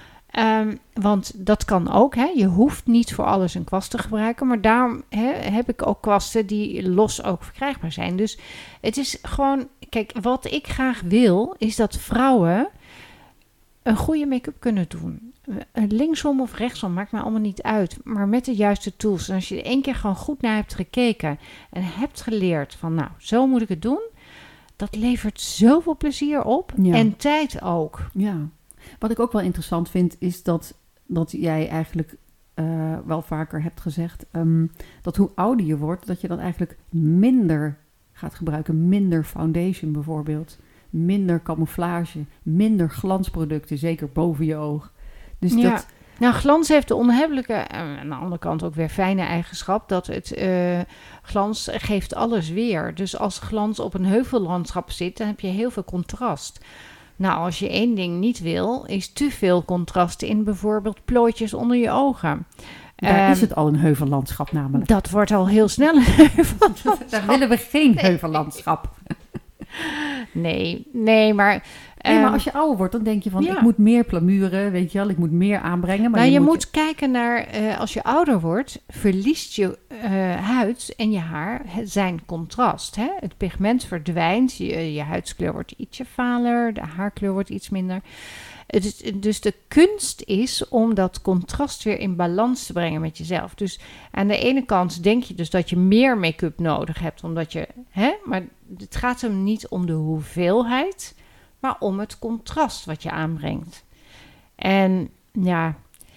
Want dat kan ook. Hè. Je hoeft niet voor alles een kwast te gebruiken. Maar daarom heb ik ook kwasten die los ook verkrijgbaar zijn. Dus het is gewoon... Kijk, wat ik graag wil, is dat vrouwen een goede make-up kunnen doen. Linksom of rechtsom, maakt me allemaal niet uit. Maar met de juiste tools. En als je er 1 keer gewoon goed naar hebt gekeken en hebt geleerd van, nou, zo moet ik het doen. Dat levert zoveel plezier op. Ja. En tijd ook. Ja. Wat ik ook wel interessant vind, is dat jij eigenlijk wel vaker hebt gezegd, dat hoe ouder je wordt, dat je dan eigenlijk minder gaat gebruiken. Minder foundation bijvoorbeeld. Minder camouflage. Minder glansproducten, zeker boven je oog. Dus ja. dat... Nou, glans heeft de onhebbelijke, aan de andere kant ook weer fijne eigenschap, dat het glans geeft alles weer. Dus als glans op een heuvellandschap zit, dan heb je heel veel contrast. Nou, als je 1 ding niet wil, is te veel contrast in bijvoorbeeld plooitjes onder je ogen. Daar is het al een heuvellandschap namelijk. Dat wordt al heel snel een heuvellandschap. Daar willen we geen heuvellandschap. Nee, maar Nee, maar als je ouder wordt, dan denk je van... ik moet meer plamuren, weet je wel. Ik moet meer aanbrengen. Maar je moet kijken naar... als je ouder wordt, verliest je huid en je haar zijn contrast. Hè? Het pigment verdwijnt. Je huidskleur wordt ietsje valer. De haarkleur wordt iets minder. Dus de kunst is om dat contrast weer in balans te brengen met jezelf. Dus aan de ene kant denk je dus dat je meer make-up nodig hebt. Omdat je... maar het gaat hem niet om de hoeveelheid... maar om het contrast wat je aanbrengt. En ja,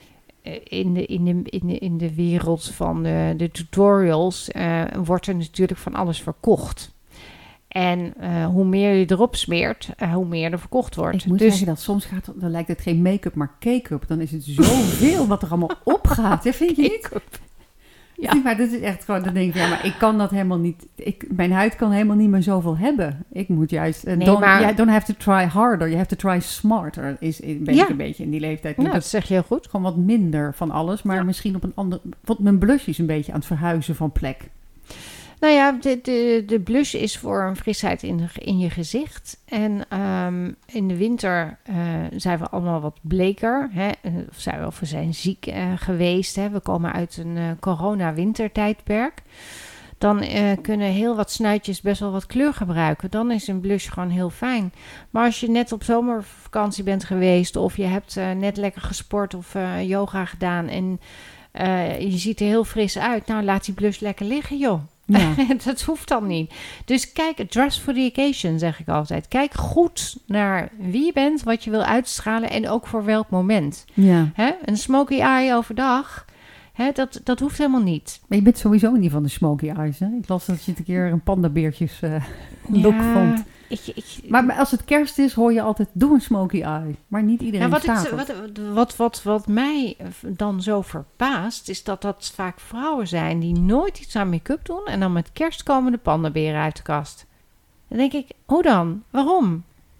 in de wereld van de tutorials wordt er natuurlijk van alles verkocht. En hoe meer je erop smeert, hoe meer er verkocht wordt. Ik moet zeggen dat soms dan lijkt het geen make-up, maar cake-up. Dan is het zoveel wat er allemaal opgaat. Ja, vind je niet? Ja. Maar dat is echt gewoon, dan denk ik, maar ik kan dat helemaal niet. Mijn huid kan helemaal niet meer zoveel hebben. Ik moet juist, don't have to try harder, you have to try smarter. Ben ik een beetje in die leeftijd. Ja, dat zeg je heel goed. Gewoon wat minder van alles, maar misschien op een ander. Want mijn blush is een beetje aan het verhuizen van plek. Nou ja, de blush is voor een frisheid in je gezicht. En in de winter zijn we allemaal wat bleker. Hè? Of we zijn ziek geweest. Hè? We komen uit een corona-wintertijdperk. Dan kunnen heel wat snuitjes best wel wat kleur gebruiken. Dan is een blush gewoon heel fijn. Maar als je net op zomervakantie bent geweest... of je hebt net lekker gesport of yoga gedaan... en je ziet er heel fris uit... nou, laat die blush lekker liggen, joh. Ja. Dat hoeft dan niet. Dus kijk, dress for the occasion, zeg ik altijd. Kijk goed naar wie je bent, wat je wil uitstralen en ook voor welk moment. Ja. Een smoky eye overdag, dat hoeft helemaal niet. Maar je bent sowieso niet van de smoky eyes, hè? Ik las dat je het een keer een pandabeertjes look vond. Maar als het kerst is, hoor je altijd, doe een smoky eye. Maar niet iedereen staat wat mij dan zo verbaast, is dat vaak vrouwen zijn die nooit iets aan make-up doen en dan met kerst komen de pandaberen uit de kast. Dan denk ik, hoe dan? Waarom?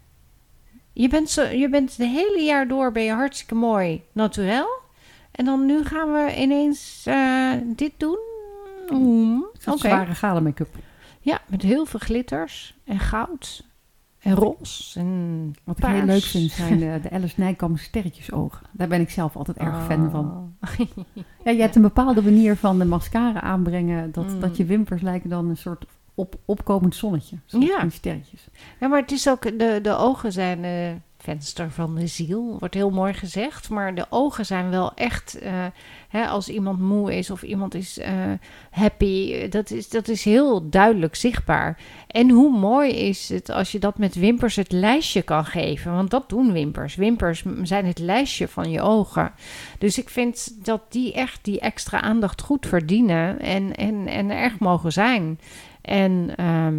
Je bent de hele jaar door, ben je hartstikke mooi, naturel. En dan nu gaan we ineens dit doen. Zware gala make-up. Ja, met heel veel glitters en goud en roze en wat paars. Ik heel leuk vind zijn de Alice Nijkamp sterretjesogen. Daar ben ik zelf altijd erg fan van. Ja, je hebt een bepaalde manier van de mascara aanbrengen... dat je wimpers lijken dan een soort opkomend zonnetje. Ja. Sterretjes. Ja, maar het is ook... De ogen zijn... venster van de ziel, wordt heel mooi gezegd. Maar de ogen zijn wel echt... als iemand moe is of iemand is happy... Dat is heel duidelijk zichtbaar. En hoe mooi is het als je dat met wimpers het lijstje kan geven. Want dat doen wimpers. Wimpers zijn het lijstje van je ogen. Dus ik vind dat die echt die extra aandacht goed verdienen. En er echt mogen zijn. En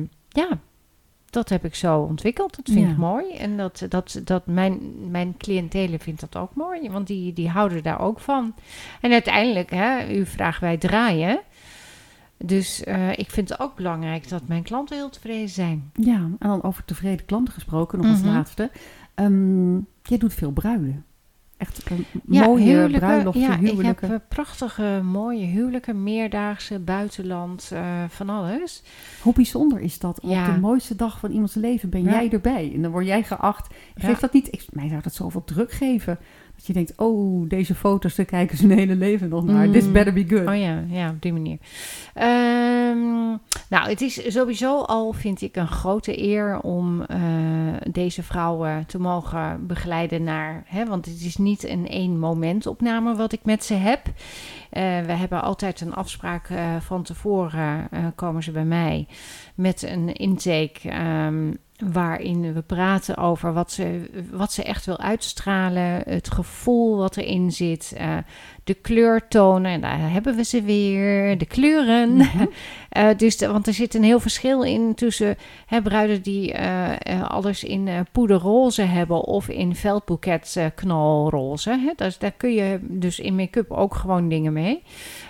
dat heb ik zo ontwikkeld. Dat vind ik mooi. En dat mijn cliëntele vindt dat ook mooi. Want die houden daar ook van. En uiteindelijk, u vraagt wij draaien. Dus ik vind het ook belangrijk dat mijn klanten heel tevreden zijn. Ja, en dan over tevreden klanten gesproken, nog als laatste. Jij doet veel bruilen. Echt mooie bruiloften, huwelijken. Ik heb prachtige, mooie huwelijken, meerdaagse, buitenland, van alles. Hoe bijzonder is dat? Op de mooiste dag van iemands leven ben jij erbij. En dan word jij geacht. Geeft dat niet... Mij zou dat zoveel druk geven. Dat je denkt, deze foto's, daar kijken ze hun hele leven nog naar. This better be good. Oh ja, op die manier. Nou, het is sowieso al, vind ik, een grote eer om deze vrouwen te mogen begeleiden naar... want het is niet een 1 momentopname wat ik met ze heb. We hebben altijd een afspraak van tevoren, komen ze bij mij met een intake... waarin we praten over wat ze echt wil uitstralen, het gevoel wat erin zit, de kleurtonen, en daar hebben we ze weer, de kleuren. Mm-hmm. Want er zit een heel verschil in tussen bruiden die alles in poederroze hebben of in veldboeket knalroze. Dus daar kun je dus in make-up ook gewoon dingen mee.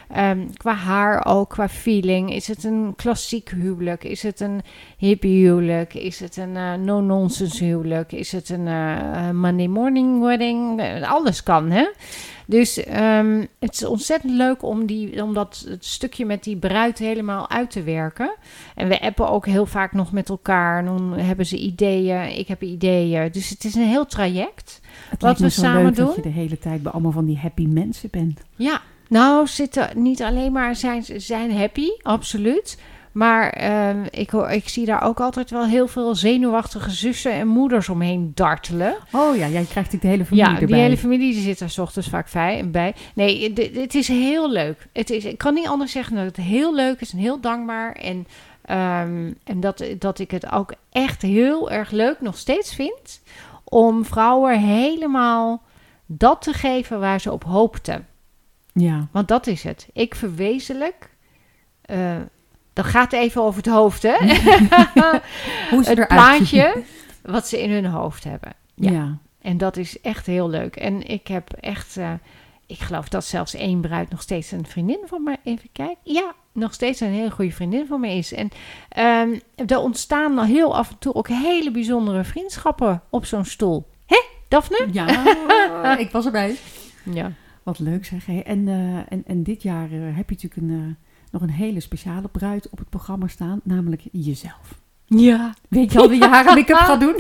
Qua haar ook, qua feeling. Is het een klassiek huwelijk? Is het een hippie huwelijk? Is het een no-nonsense huwelijk? Is het een Monday morning wedding? Alles kan, hè? Dus het is ontzettend leuk om dat het stukje met die bruid helemaal uit te werken. En we appen ook heel vaak nog met elkaar. Dan hebben ze ideeën, ik heb idee'n. Dus het is een heel traject wat we samen doen. Dat je de hele tijd bij allemaal van die happy mensen bent. Ja, nou zitten niet alleen maar zijn happy, absoluut. Maar ik zie daar ook altijd wel heel veel zenuwachtige zussen en moeders omheen dartelen. Oh ja, jij krijgt de hele familie erbij. Ja, die hele familie die zit er 's ochtends vaak bij. Nee, het is heel leuk. Ik kan niet anders zeggen dat het heel leuk is en heel dankbaar. En dat ik het ook echt heel erg leuk nog steeds vind om vrouwen helemaal dat te geven waar ze op hoopten. Ja. Want dat is het. Ik verwezenlijk... dat gaat even over het hoofd, hè? Hoe is het plaatje wat ze in hun hoofd hebben. Ja. En dat is echt heel leuk. En ik heb echt... ik geloof dat zelfs één bruid nog steeds een vriendin van me... Even kijken. Ja, nog steeds een hele goede vriendin van me is. En er ontstaan dan heel af en toe ook hele bijzondere vriendschappen op zo'n stoel. Hé, Daphne? Ja, ik was erbij. Ja. Wat leuk zeg. Hè? En dit jaar heb je natuurlijk nog een hele speciale bruid op het programma staan. Namelijk jezelf. Ja. Weet je al wie je haar make-up gaat doen?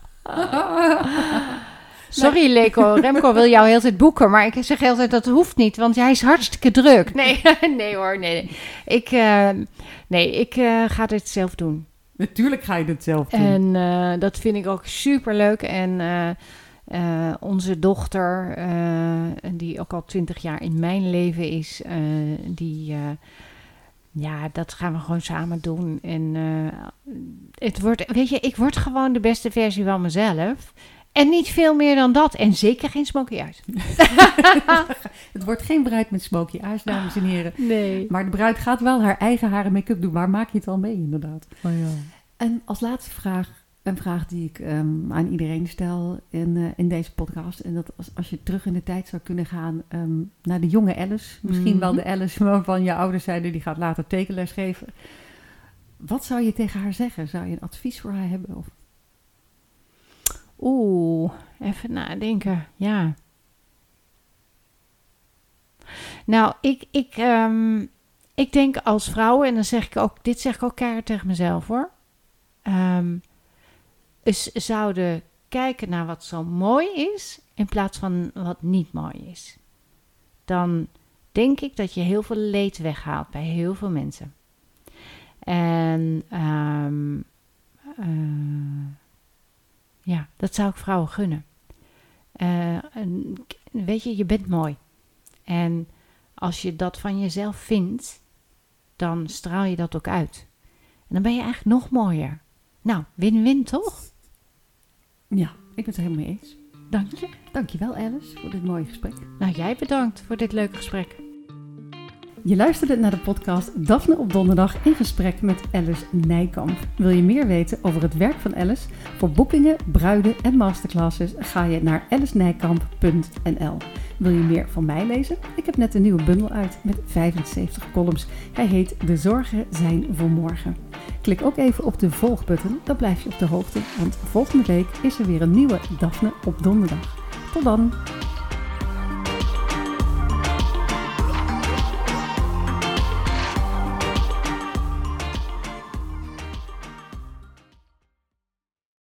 Sorry, Remco wil jou heel tijd boeken. Maar ik zeg heel tijd dat hoeft niet. Want hij is hartstikke druk. Nee hoor. Nee. Ik ga dit zelf doen. Natuurlijk ga je dit zelf doen. En dat vind ik ook super leuk. En onze dochter, die ook al 20 jaar in mijn leven is, dat gaan we gewoon samen doen. En het wordt, weet je, ik word gewoon de beste versie van mezelf. En niet veel meer dan dat. En zeker geen smokey eyes. Het wordt geen bruid met smokey eyes, dames en heren. Nee. Maar de bruid gaat wel haar eigen haar en make-up doen. Waar maak je het al mee, inderdaad? Oh ja. En als laatste vraag, een vraag die ik aan iedereen stel in deze podcast. En dat als je terug in de tijd zou kunnen gaan naar de jonge Alice. Misschien wel de Alice waarvan je ouders zeiden, die gaat later tekenles geven. Wat zou je tegen haar zeggen? Zou je een advies voor haar hebben? Of? Even nadenken. Ja. Nou, ik denk als vrouw, en dan zeg ik ook, dit zeg ik ook keihard tegen mezelf hoor. Zouden kijken naar wat zo mooi is in plaats van wat niet mooi is. Dan denk ik dat je heel veel leed weghaalt bij heel veel mensen. En dat zou ik vrouwen gunnen. Weet je bent mooi. En als je dat van jezelf vindt, dan straal je dat ook uit. En dan ben je eigenlijk nog mooier. Nou, win-win toch? Ja, ik ben het er helemaal mee eens. Dank je. Dankjewel Alice voor dit mooie gesprek. Nou, jij bedankt voor dit leuke gesprek. Je luisterde naar de podcast Daphne op donderdag in gesprek met Alice Nijkamp. Wil je meer weten over het werk van Alice? Voor boekingen, bruiden en masterclasses ga je naar alicenijkamp.nl. Wil je meer van mij lezen? Ik heb net een nieuwe bundel uit met 75 columns. Hij heet De Zorgen zijn voor morgen. Klik ook even op de volgbutton, dan blijf je op de hoogte. Want volgende week is er weer een nieuwe Daphne op donderdag. Tot dan!